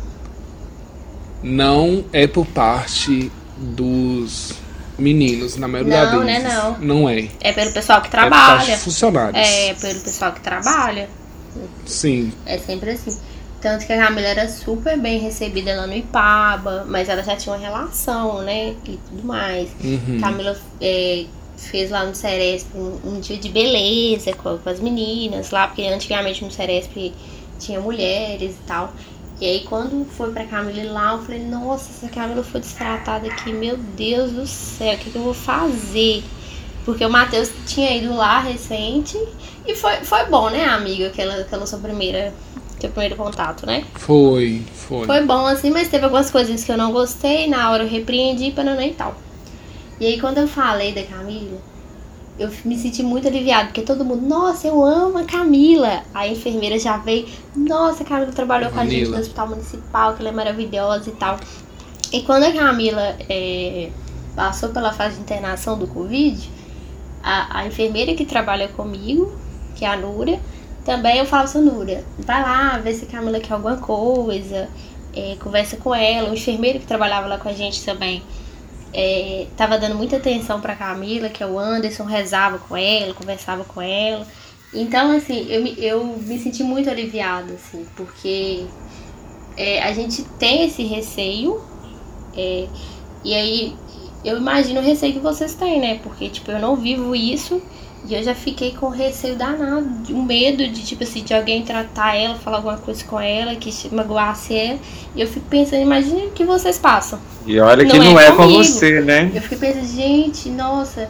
Não é por parte dos meninos, na maioria das vezes. Não é. É pelo pessoal que É por parte trabalha. dos funcionários. É pelo pessoal que trabalha. Sim. É sempre assim. Tanto que a Camila era super bem recebida lá no Ipaba, mas ela já tinha uma relação, né? E tudo mais. Camila fez lá no Ceresp um dia de beleza com as meninas lá, porque antigamente no Ceresp tinha mulheres e tal. E aí quando foi pra Camila ir lá, eu falei, nossa, essa Camila foi destratada aqui, meu Deus do céu, o que eu vou fazer? Porque o Matheus tinha ido lá recente e foi bom, né, amiga, aquela sua teu primeiro contato, né? Foi. Foi bom assim, mas teve algumas coisas que eu não gostei, na hora eu repreendi, e tal. E aí quando eu falei da Camila, eu me senti muito aliviada, porque todo mundo, nossa, eu amo a Camila. A enfermeira já veio, nossa, a Camila trabalhou com a gente no hospital municipal, que ela é maravilhosa e tal. E quando a Camila passou pela fase de internação do Covid, a enfermeira que trabalha comigo, que é a Núria, também eu falo assim, Núria, vai lá, vê se a Camila quer alguma coisa, conversa com ela. O enfermeiro que trabalhava lá com a gente também tava dando muita atenção pra Camila, que é o Anderson, rezava com ela, conversava com ela. Então, assim, eu me senti muito aliviada, assim, porque a gente tem esse receio, e aí eu imagino o receio que vocês têm, né? Porque, tipo, eu não vivo isso e eu já fiquei com receio danado, um medo de, tipo assim, de alguém tratar ela, falar alguma coisa com ela, que magoasse ela. E eu fico pensando, imagina o que vocês passam. E olha que não é com você, né? Eu fico pensando, gente, nossa.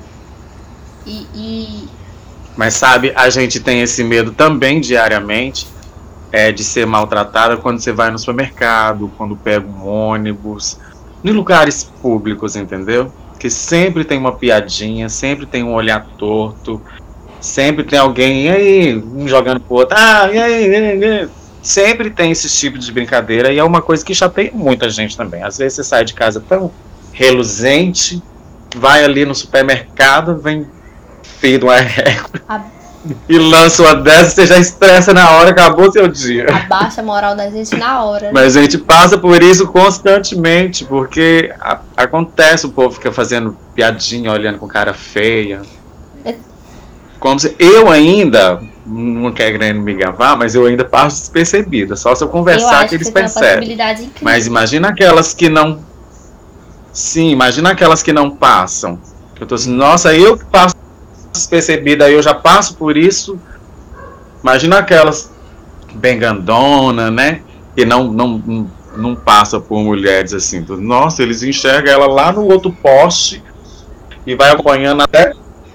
Mas sabe, a gente tem esse medo também diariamente, de ser maltratada quando você vai no supermercado, quando pega um ônibus, em lugares públicos, entendeu? Que sempre tem uma piadinha, sempre tem um olhar torto, sempre tem alguém, e aí, um jogando pro outro, e aí. Sempre tem esse tipo de brincadeira e é uma coisa que chateia muita gente também. Às vezes você sai de casa tão reluzente, vai ali no supermercado, vem filho de uma régua e lança uma dessa, você já estressa na hora, acabou seu dia. Abaixa a moral da gente na hora. Né? Mas a gente passa por isso constantemente, porque acontece, o povo fica fazendo piadinha, olhando com cara feia. Como se eu ainda, não querendo me gavar, mas eu ainda passo despercebida. Só se eu conversar que eles percebem. Mas imagina aquelas que não... Sim, imagina aquelas que não passam. Eu tô assim, nossa, eu que passo despercebida, eu já passo por isso. Imagina aquelas bem grandona, né? Que não passa por mulheres assim. Nossa, eles enxergam ela lá no outro poste e vai acompanhando até...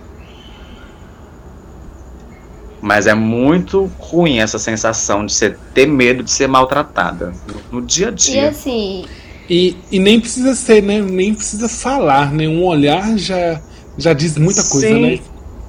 Mas é muito ruim essa sensação de você ter medo de ser maltratada no dia a dia. E assim... E nem precisa ser, né? Nem precisa falar, né? Um olhar já diz muita coisa, Sim. Né?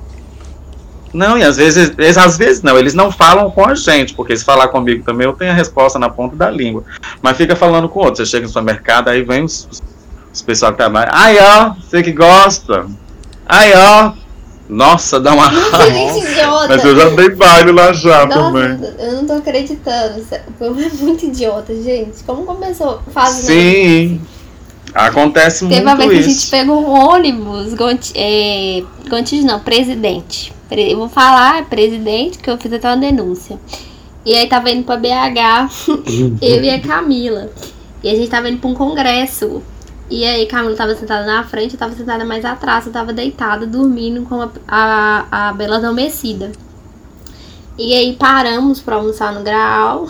Não, e às vezes não, eles não falam com a gente, porque se falar comigo também eu tenho a resposta na ponta da língua. Mas fica falando com outros. Você chega no supermercado, aí vem os pessoal que trabalham. Ai, ó, você que gosta. Ai, ó. Nossa, dá uma raiva. Idiota. Mas eu já dei baile lá já. Nossa, também. Eu não tô acreditando. O povo é muito idiota, gente. Como começou? Sim. Acontece muito isso. Teve uma vez que a gente pegou um ônibus, Gontijo não, Presidente. Eu vou falar Presidente, que eu fiz até uma denúncia. E aí tava indo pra BH, eu e a Camila. E a gente tava indo pra um congresso. E aí a Camila tava sentada na frente, eu tava sentada mais atrás, eu tava deitada, dormindo com a Bela Adormecida. E aí paramos pra almoçar no Graal.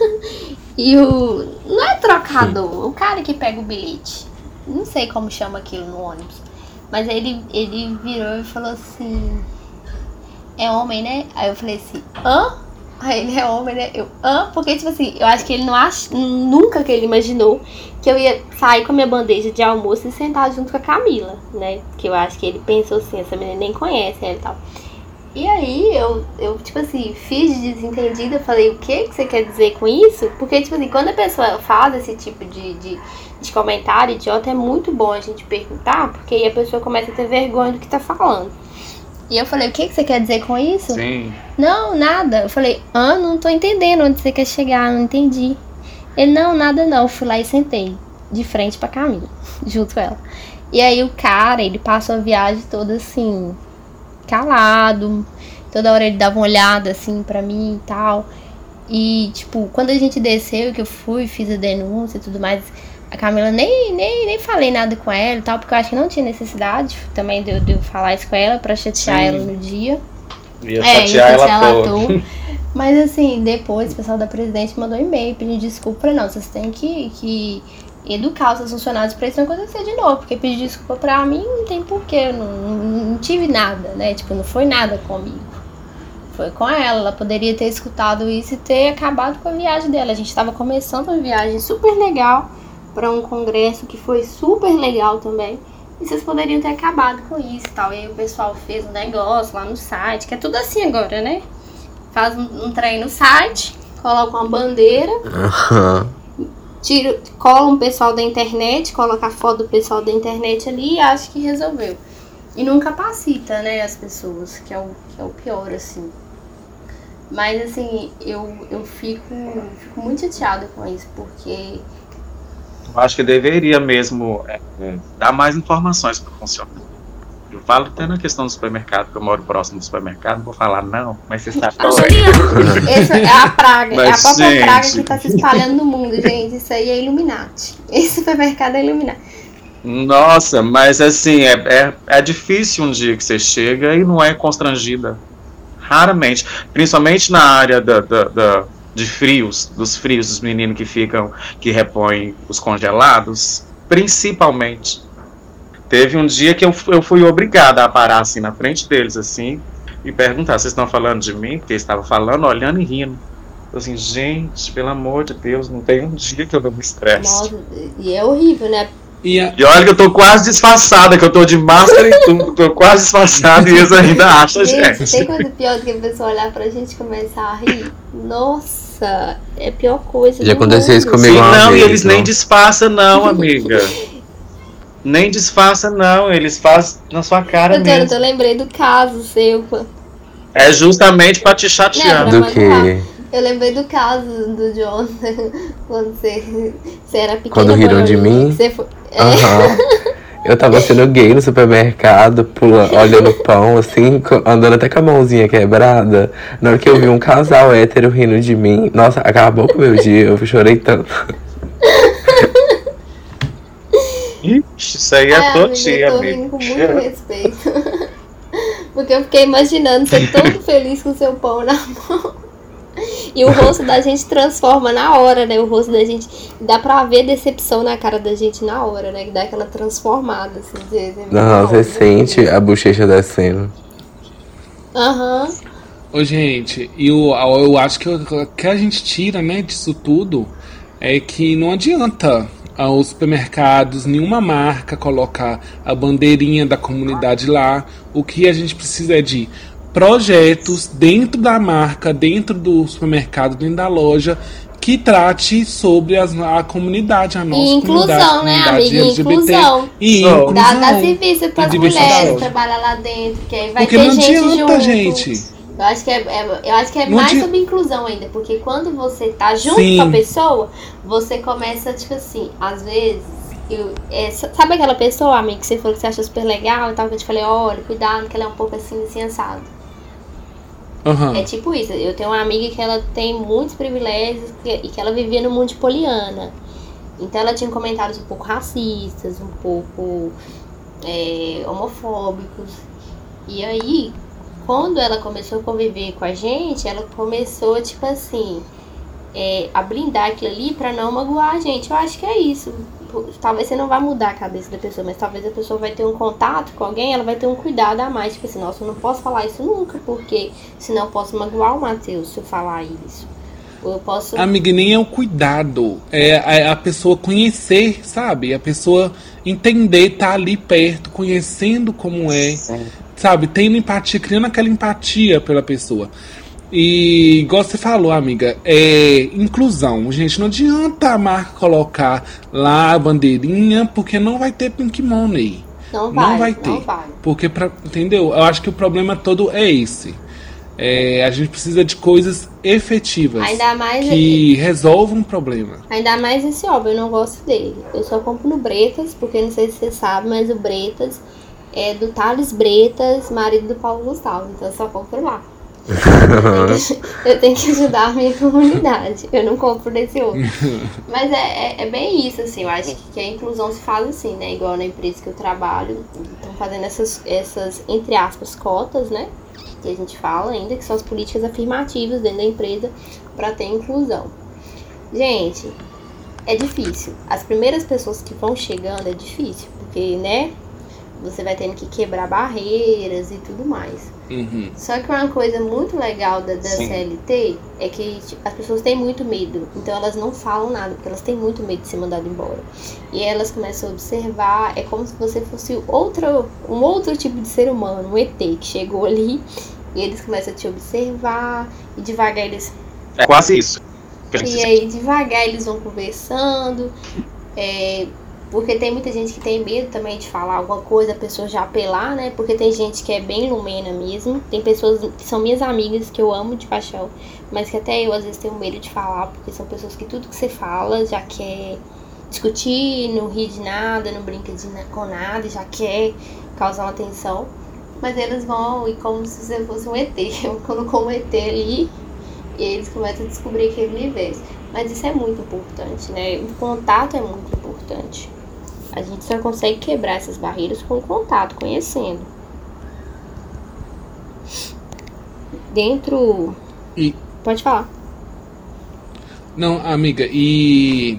E não é trocador, o cara que pega o bilhete. Não sei como chama aquilo no ônibus. Mas aí ele virou e falou assim: é homem, né? Aí eu falei assim: hã? Aí ele é homem, né? Porque, tipo assim, eu acho que ele nunca que ele imaginou que eu ia sair com a minha bandeja de almoço e sentar junto com a Camila, né? Que eu acho que ele pensou assim, essa menina nem conhece ela e tal. E aí, eu tipo assim, fiz de desentendida, falei, o que você quer dizer com isso? Porque, tipo assim, quando a pessoa faz esse tipo de comentário idiota, é muito bom a gente perguntar, porque aí a pessoa começa a ter vergonha do que tá falando. E eu falei, o que você quer dizer com isso? Sim. Não, nada. Eu falei, não tô entendendo onde você quer chegar, não entendi. Ele, não, nada não. Eu fui lá e sentei de frente pra Camila, junto com ela. E aí o cara, ele passou a viagem toda assim, calado. Toda hora ele dava uma olhada assim pra mim e tal. E tipo, quando a gente desceu, que eu fui, fiz a denúncia e tudo mais, a Camila nem falei nada com ela e tal, porque eu acho que não tinha necessidade também de eu falar isso com ela pra chatear ela no dia. Ia chatear ela toda. Mas assim, depois o pessoal da Presidente mandou e-mail pedindo desculpa. Falei, não, vocês têm que educar os seus funcionários pra isso não acontecer de novo, porque pedir desculpa pra mim não tem porquê, eu não tive nada, né? Tipo, não foi nada comigo. Foi com ela poderia ter escutado isso e ter acabado com a viagem dela. A gente tava começando uma viagem super legal pra um congresso que foi super legal também. E vocês poderiam ter acabado com isso e tal. E aí o pessoal fez um negócio lá no site, que é tudo assim agora, né? Faz um trem no site, coloca uma bandeira, cola um pessoal da internet, coloca a foto do pessoal da internet ali e acha que resolveu. E não capacita, né, as pessoas, que é o pior, assim. Mas, assim, eu fico muito chateada com isso, porque Eu acho que deveria mesmo dar mais informações para o funcionário. Eu falo até na questão do supermercado, que eu moro próximo do supermercado, não vou falar não, mas você sabe qual é. Essa é a praga, Mas, é a própria gente, praga que tá se espalhando no mundo, gente. Isso aí é Illuminati. Esse supermercado é Illuminati. Nossa, mas assim, é difícil um dia que você chega e não é constrangida. Raramente. Principalmente na área de frios, dos meninos que repõem os congelados. Principalmente. Teve um dia que eu fui obrigada a parar assim na frente deles, assim, e perguntar: vocês estão falando de mim? Porque eles estavam falando, olhando e rindo. Eu assim, gente, pelo amor de Deus, não tem um dia que eu não me estresse. Nossa, e é horrível, né? E olha que eu tô quase disfarçada, que eu tô de máscara e tudo, tô quase disfarçada e eles ainda acham, gente. Tem coisa pior do que a pessoa olhar pra gente e começar a rir? Nossa, é a pior coisa. Já aconteceu isso comigo Sim, uma não, vez, e eles nem não. disfarçam não, amiga. Nem disfarça não, eles fazem na sua cara mesmo. Eu lembrei do caso seu. É justamente pra te chatear. Lembra? Do que? Eu lembrei do caso do John, quando você era pequena. Quando riram de mim? Você foi... Aham. Eu tava sendo gay no supermercado, olhando o pão, assim, andando até com a mãozinha quebrada. Na hora que eu vi um casal hétero rindo de mim, nossa, acabou com o meu dia, eu chorei tanto. Ixi, isso aí é tua tia, eu tô amigo. rindo com muito respeito. Porque eu fiquei imaginando você todo feliz com o seu pão na mão. E o rosto da gente transforma na hora, né? O rosto da gente... Dá pra ver decepção na cara da gente na hora, né? Que dá aquela transformada, assim. Não, você sente a bochecha descendo. Aham. Ô, gente, eu acho que o que a gente tira, né, disso tudo é que não adianta os supermercados, nenhuma marca colocar a bandeirinha da comunidade lá. O que a gente precisa é de projetos dentro da marca, dentro do supermercado, dentro da loja, que trate sobre a comunidade, a nossa inclusão, comunidade, né, amiga? LGBT. Inclusão. E inclusão. Dá serviço para as mulheres que trabalham lá dentro, que aí vai porque ter não gente adianta, junto. gente. Eu acho que é mais sobre inclusão ainda, porque quando você tá junto Sim. com a pessoa, você começa, tipo assim, às vezes... sabe aquela pessoa, amiga, que você falou que você acha super legal e tal, que eu te falei, olha, cuidado, que ela é um pouco assim assado. Uhum. É tipo isso. Eu tenho uma amiga que ela tem muitos privilégios e que ela vivia no mundo de poliana. Então ela tinha comentários um pouco racistas, um pouco homofóbicos. E aí, quando ela começou a conviver com a gente, ela começou, tipo assim, a blindar aquilo ali pra não magoar a gente. Eu acho que é isso. Talvez você não vá mudar a cabeça da pessoa, mas talvez a pessoa vai ter um contato com alguém, ela vai ter um cuidado a mais. Tipo assim, nossa, eu não posso falar isso nunca, porque senão eu posso magoar o Matheus se eu falar isso. Ou eu posso... Amiga, nem é o cuidado, é a pessoa conhecer, sabe? A pessoa entender, tá ali perto, conhecendo como é, sabe? Tendo empatia, criando aquela empatia pela pessoa. E, igual você falou, amiga, inclusão. Gente, não adianta a marca colocar lá a bandeirinha, porque não vai ter Pink Money. Não vai ter. Não vai. Porque, entendeu? Eu acho que o problema todo é esse. A gente precisa de coisas efetivas Ainda mais que resolvam o problema. Ainda mais esse óbvio, eu não gosto dele. Eu só compro no Bretas, porque não sei se você sabe, mas o Bretas é do Thales Bretas, marido do Paulo Gustavo. Então eu só compro lá. Eu tenho que ajudar a minha comunidade. Eu não compro desse outro. Mas é bem isso, assim. Eu acho que a inclusão se faz assim, né? Igual na empresa que eu trabalho. Estão fazendo essas, entre aspas, cotas, né? Que a gente fala ainda, que são as políticas afirmativas dentro da empresa para ter inclusão. Gente, é difícil. As primeiras pessoas que vão chegando é difícil, porque, né? Você vai tendo que quebrar barreiras e tudo mais. Uhum. Só que uma coisa muito legal da CLT é que as pessoas têm muito medo. Então elas não falam nada, porque elas têm muito medo de ser mandadas embora. E elas começam a observar, é como se você fosse um outro tipo de ser humano, um ET que chegou ali. E eles começam a te observar e devagar eles... É quase isso. E aí devagar eles vão conversando. Porque tem muita gente que tem medo também de falar alguma coisa, a pessoa já apelar, né? Porque tem gente que é bem lumena mesmo. Tem pessoas que são minhas amigas, que eu amo de paixão, mas que até eu às vezes tenho medo de falar, porque são pessoas que tudo que você fala já quer discutir, não ri de nada, não brinca com nada, já quer causar uma tensão. Mas eles vão e como se você fosse um ET, colocou um ET ali e eles começam a descobrir aquele universo. Mas isso é muito importante, né? O contato é muito importante. A gente só consegue quebrar essas barreiras com o contato, conhecendo. Dentro... Pode falar. Não, amiga, e...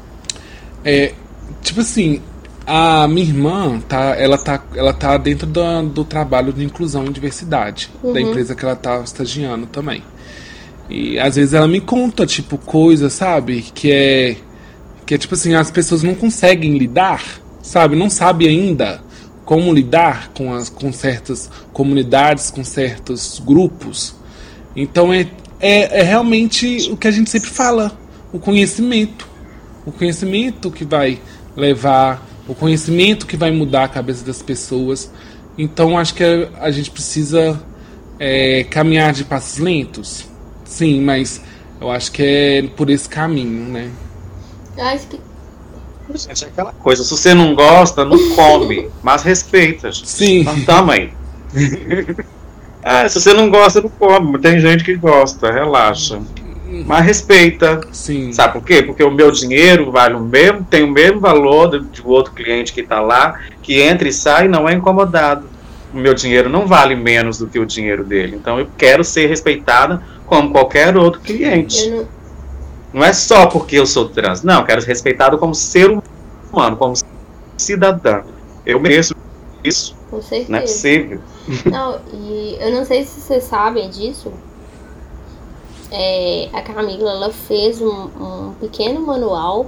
tipo assim, a minha irmã, ela tá dentro do trabalho de inclusão e diversidade, da empresa que ela tá estagiando também. E às vezes ela me conta, tipo, coisas, sabe? Que é tipo assim, as pessoas não conseguem lidar, sabe? Não sabem ainda como lidar com certas comunidades, com certos grupos. Então é realmente o que a gente sempre fala, o conhecimento. O conhecimento que vai levar, o conhecimento que vai mudar a cabeça das pessoas. Então acho que a gente precisa caminhar de passos lentos. Sim, mas eu acho que é por esse caminho, né? Eu acho que... Gente, é aquela coisa, se você não gosta, não come, mas respeita. Sim. Mas também. Se você não gosta, não come. Tem gente que gosta, relaxa. Mas respeita. Sim. Sabe por quê? Porque o meu dinheiro vale tem o mesmo valor do outro cliente que está lá, que entra e sai e não é incomodado. O meu dinheiro não vale menos do que o dinheiro dele. Então eu quero ser respeitada como qualquer outro cliente. Não é só porque eu sou trans. Não, eu quero ser respeitado como ser humano, como cidadã. Eu mereço isso. Com certeza. Não é possível. Não, e eu não sei se vocês sabem disso. A Camila, ela fez um pequeno manual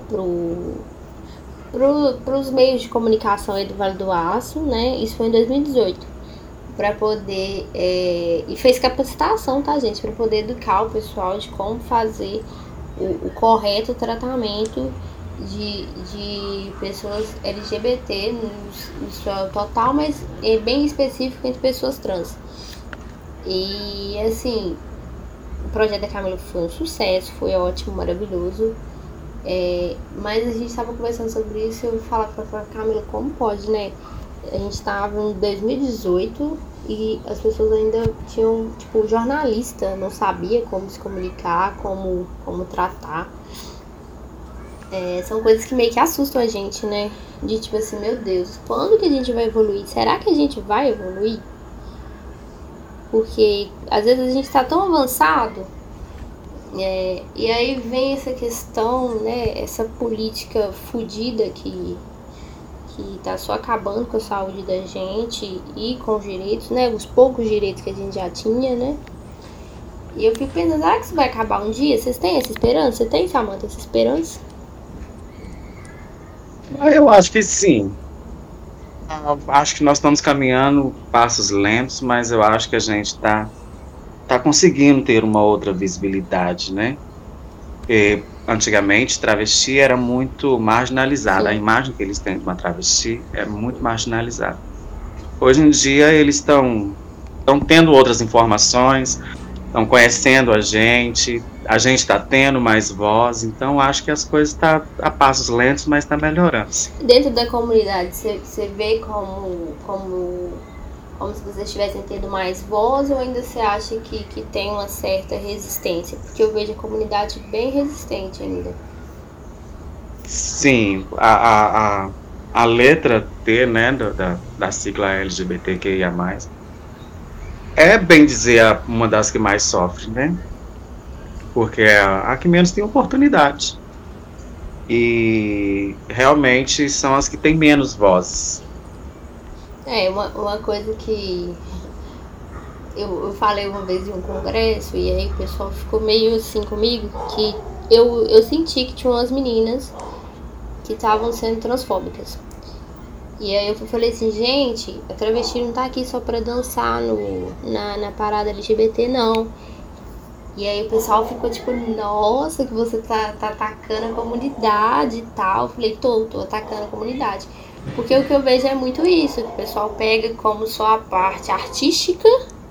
pros meios de comunicação aí do Vale do Aço, né? Isso foi em 2018. Para poder... e fez capacitação, tá, gente? Para poder educar o pessoal de como fazer o correto tratamento de pessoas LGBT no seu total, mas é bem específico entre pessoas trans. E, assim... O projeto da Camila foi um sucesso, foi ótimo, maravilhoso. Mas a gente estava conversando sobre isso e eu falava para a Camila, como pode, né? A gente estava em 2018 e as pessoas ainda tinham, tipo, o jornalista não sabia como se comunicar, como tratar. São coisas que meio que assustam a gente, né? De tipo assim, meu Deus, quando que a gente vai evoluir? Será que a gente vai evoluir? Porque às vezes a gente tá tão avançado, e aí vem essa questão, né, essa política fudida que tá só acabando com a saúde da gente e com os direitos, né, os poucos direitos que a gente já tinha, né. E eu fico pensando, será que isso vai acabar um dia? Vocês têm essa esperança? Você tem, Samantha, essa esperança? Eu acho que sim. Acho que nós estamos caminhando passos lentos, mas eu acho que a gente está conseguindo ter uma outra visibilidade, né? Antigamente, travesti era muito marginalizada. Sim. A imagem que eles têm de uma travesti é muito marginalizada. Hoje em dia, eles estão tendo outras informações, estão conhecendo a gente está tendo mais voz, então acho que as coisas estão a passos lentos, mas está melhorando. Dentro da comunidade, você vê como se vocês estivessem tendo mais voz, ou ainda você acha que tem uma certa resistência? Porque eu vejo a comunidade bem resistente ainda. Sim, a letra T, né, da sigla LGBTQIA+, é bem dizer uma das que mais sofre, né? Porque é a que menos tem oportunidade. E realmente são as que têm menos vozes. Uma coisa que eu falei uma vez em um congresso, e aí o pessoal ficou meio assim comigo, que eu senti que tinha umas meninas que estavam sendo transfóbicas. E aí eu falei assim, gente, a travesti não tá aqui só pra dançar na parada LGBT, não. E aí o pessoal ficou tipo, nossa, que você tá atacando a comunidade e tal. Eu falei, tô atacando a comunidade. Porque o que eu vejo é muito isso, que o pessoal pega como só a parte artística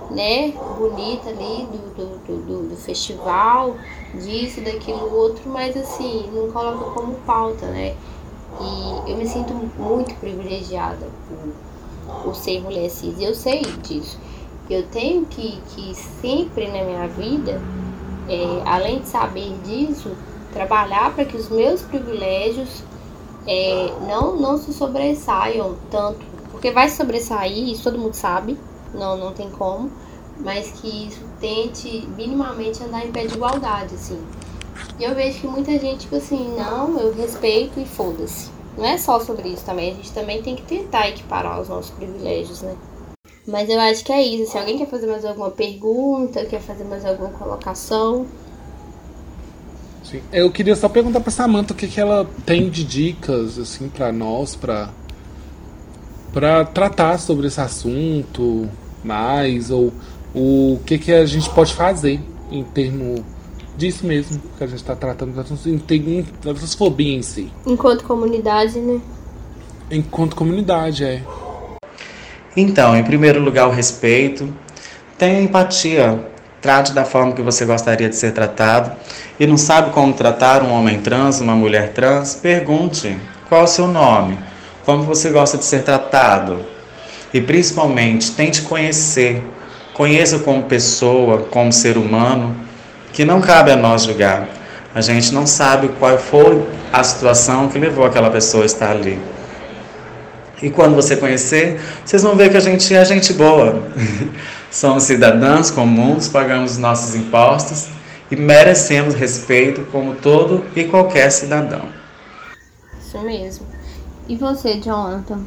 né, bonita ali do festival, disso, daquilo, outro, mas assim, não coloca como pauta, né? E eu me sinto muito privilegiada por ser mulher cis, e eu sei disso. Eu tenho que sempre na minha vida, além de saber disso, trabalhar para que os meus privilégios não se sobressaiam tanto, porque vai se sobressair, isso todo mundo sabe, não tem como, mas que isso tente minimamente andar em pé de igualdade, assim. E eu vejo que muita gente, tipo assim, não, eu respeito e foda-se. Não é só sobre isso também, a gente também tem que tentar equiparar os nossos privilégios, né? Mas eu acho que é isso. Se alguém quer fazer mais alguma pergunta, quer fazer mais alguma colocação. Sim. Eu queria só perguntar pra Samantha o que ela tem de dicas, assim, pra nós, pra tratar sobre esse assunto mais, ou o que a gente pode fazer em termos disso mesmo, que a gente tá tratando da transfobia em si. Enquanto comunidade, né? Enquanto comunidade, Então, em primeiro lugar, o respeito. Tenha empatia. Trate da forma que você gostaria de ser tratado. E não sabe como tratar um homem trans, uma mulher trans? Pergunte. Qual é o seu nome? Como você gosta de ser tratado? E principalmente, tente conhecer. Conheça como pessoa, como ser humano, que não cabe a nós julgar. A gente não sabe qual foi a situação que levou aquela pessoa a estar ali. E quando você conhecer, vocês vão ver que a gente é gente boa. Somos cidadãos comuns, pagamos nossos impostos e merecemos respeito como todo e qualquer cidadão. Isso mesmo. E você, Jonathan?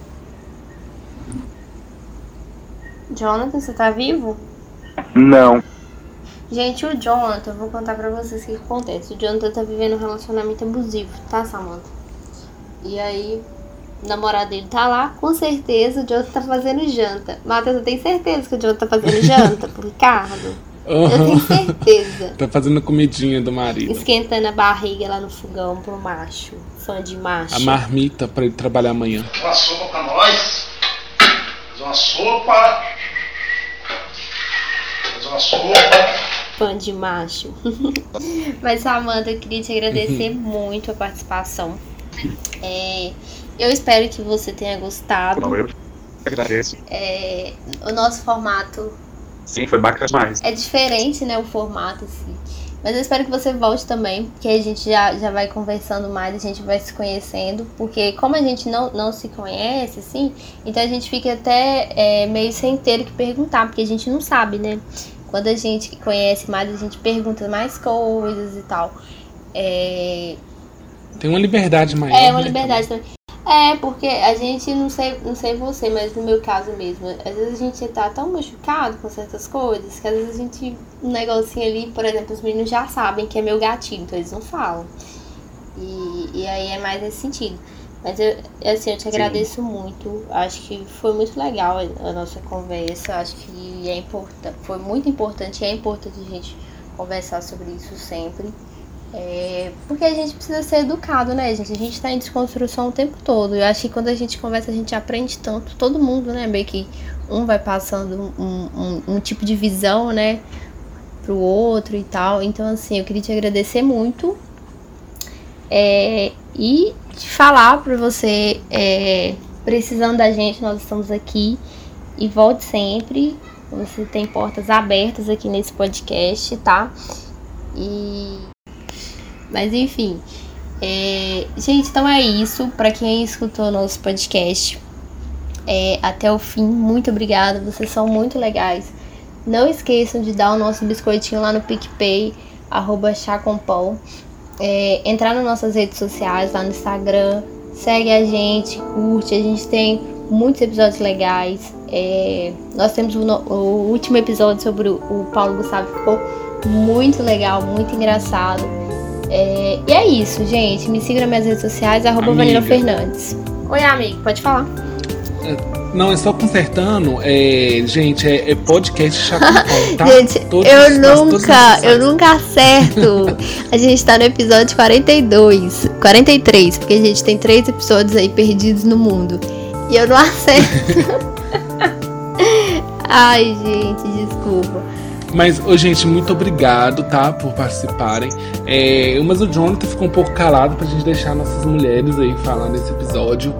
Jonathan, você tá vivo? Não. Gente, o Jonathan, vou contar pra vocês o que acontece. O Jonathan tá vivendo um relacionamento abusivo, tá, Samantha? E aí, o namorado dele tá lá, com certeza o Jonathan tá fazendo janta. Matheus, eu tenho certeza que o Jonathan tá fazendo janta pro Ricardo. Eu tenho certeza. Tá fazendo comidinha do marido. Esquentando a barriga lá no fogão pro macho. Fã de macho. A marmita pra ele trabalhar amanhã. Fazer uma sopa pra nós. Fazer uma sopa. Fazer uma sopa. Fã de macho. Mas, Samantha, eu queria te agradecer muito a participação. Eu espero que você tenha gostado. Não, eu agradeço. O nosso formato... Sim, foi bacana demais. É diferente, né, o formato, assim. Mas eu espero que você volte também, porque a gente já vai conversando mais, a gente vai se conhecendo. Porque como a gente não se conhece, assim, então a gente fica até meio sem ter o que perguntar, porque a gente não sabe, né? Quando a gente conhece mais, a gente pergunta mais coisas e tal. Tem uma liberdade maior. Uma liberdade também. Porque a gente, não sei você, mas no meu caso mesmo, às vezes a gente tá tão machucado com certas coisas, que às vezes a gente, um negocinho ali, por exemplo, os meninos já sabem que é meu gatilho, então eles não falam. E aí é mais nesse sentido. Mas eu te agradeço muito, acho que foi muito legal a nossa conversa, acho que foi muito importante e é importante a gente conversar sobre isso sempre. Porque a gente precisa ser educado, né, gente? A gente tá em desconstrução o tempo todo. Eu acho que quando a gente conversa, a gente aprende tanto. Todo mundo, né? Meio que um vai passando um tipo de visão, né, pro outro e tal. Então, assim, eu queria te agradecer muito. E te falar pra você, precisando da gente, nós estamos aqui. E volte sempre. Você tem portas abertas aqui nesse podcast, tá? Mas enfim, gente, então é isso. Pra quem escutou nosso podcast até o fim, muito obrigada. Vocês são muito legais. Não esqueçam de dar o nosso biscoitinho lá no PicPay, @chacompão. Entrar nas nossas redes sociais, lá no Instagram. Segue a gente, curte. A gente tem muitos episódios legais. Nós temos o último episódio sobre o Paulo Gustavo, ficou muito legal, muito engraçado. E é isso, gente. Me siga nas minhas redes sociais, @Vanilla Fernandes. Oi, amigo, pode falar. Não, é só consertando. Gente, é podcast Chacompão, tá? Gente, eu nunca acerto. A gente tá no episódio 43, porque a gente tem 3 episódios aí perdidos no mundo. E eu não acerto. Ai, gente, desculpa. Mas, gente, muito obrigado, tá? Por participarem. Mas o Jonathan ficou um pouco calado pra gente deixar nossas mulheres aí falar nesse episódio.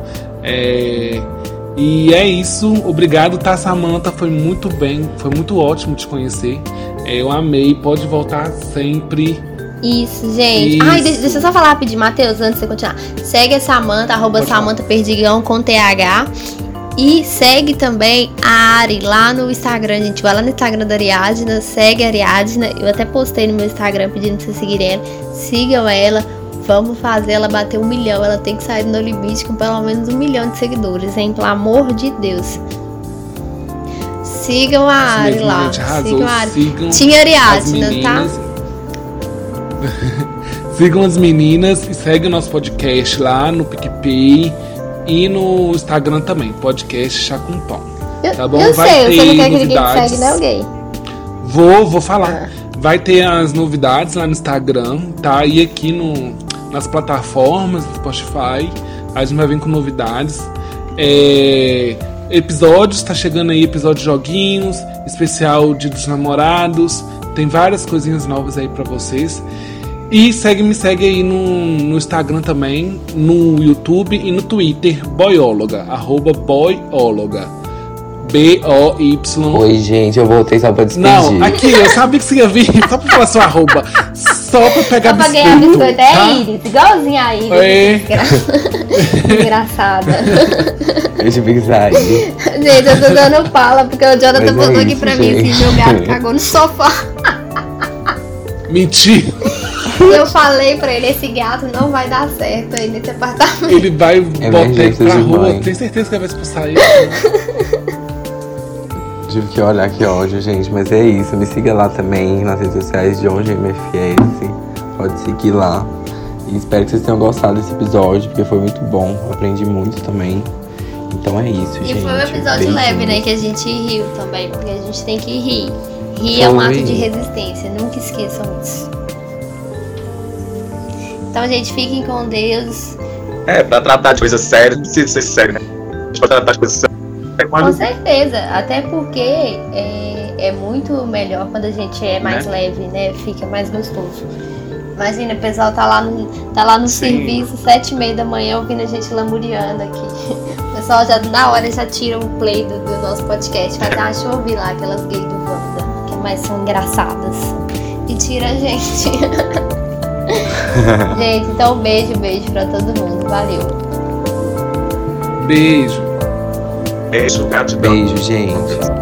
E é isso. Obrigado, tá, Samantha? Foi muito ótimo te conhecer. Eu amei. Pode voltar sempre. Isso, gente. Isso. Ai, deixa eu só falar rapidinho, Matheus, antes de você continuar. Segue a Samantha, @Samantha Perdigão com TH. E segue também a Ari lá no Instagram, gente. Vai lá no Instagram da Ariadna, segue a Ariadna. Eu até postei no meu Instagram pedindo pra vocês seguirem ela. Sigam ela, vamos fazer ela bater 1 milhão. Ela tem que sair do No Limite com pelo menos 1 milhão de seguidores, hein? Pelo amor de Deus. Sigam a Ari lá. Sigam a Ari. Tinha Ariadna, tá? Sigam as meninas e segue o nosso podcast lá no PicPay. E no Instagram também, podcast Chá com Pão. Tá bom? Eu vai sei, ter você não quer que ninguém novidades. segue, né, gay? Vou falar. Vai ter as novidades lá no Instagram, tá? E aqui nas plataformas do Spotify, a gente vai vir com novidades. Episódios, tá chegando aí episódio de joguinhos, especial Dia dos Namorados. Tem várias coisinhas novas aí pra vocês. E me segue aí no Instagram também, no YouTube e no Twitter, Boyóloga, @Boyóloga. BOY. Oi, gente, eu voltei só pra despedir. Não, aqui, eu sabia que você ia vir só pra falar sua arroba. Só pra pegar biscoito. Só pra ganhar biscoito, tá? Iris, igualzinha a Iris. Engraçada. Deixa eu pensar aí. Gente, eu tô dando fala, porque o Jonathan botou aqui pra mim assim, meu gato cagou no sofá. Mentira. Eu falei pra ele, esse gato não vai dar certo aí nesse apartamento. Ele vai botar ele pra rua. Mãe. Tem certeza que ele vai expulsar ele? Tive que olhar, que ódio, gente. Mas é isso. Me siga lá também nas redes sociais de OngeMFS. Pode seguir lá. E espero que vocês tenham gostado desse episódio, porque foi muito bom. Eu aprendi muito também. Então é isso, gente. E foi um episódio leve, né? Que a gente riu também, porque a gente tem que rir. Rir é um ato de resistência. Nunca esqueçam isso. Então, gente, fiquem com Deus. Pra tratar de coisa séria, não precisa ser sério, né? A gente pode tratar de coisa séria. Com certeza, até porque é muito melhor quando a gente é mais leve, né? Fica mais gostoso. Imagina, o pessoal tá lá no serviço, 7h30 da manhã, ouvindo a gente lamuriando aqui. O pessoal já na hora já tira o play do nosso podcast. Faz, deixa eu ouvir lá aquelas gays do Wanda, que mais são engraçadas. E tira a gente. Gente, então beijo pra todo mundo. Valeu. Beijo. Beijo, Beijo, gente.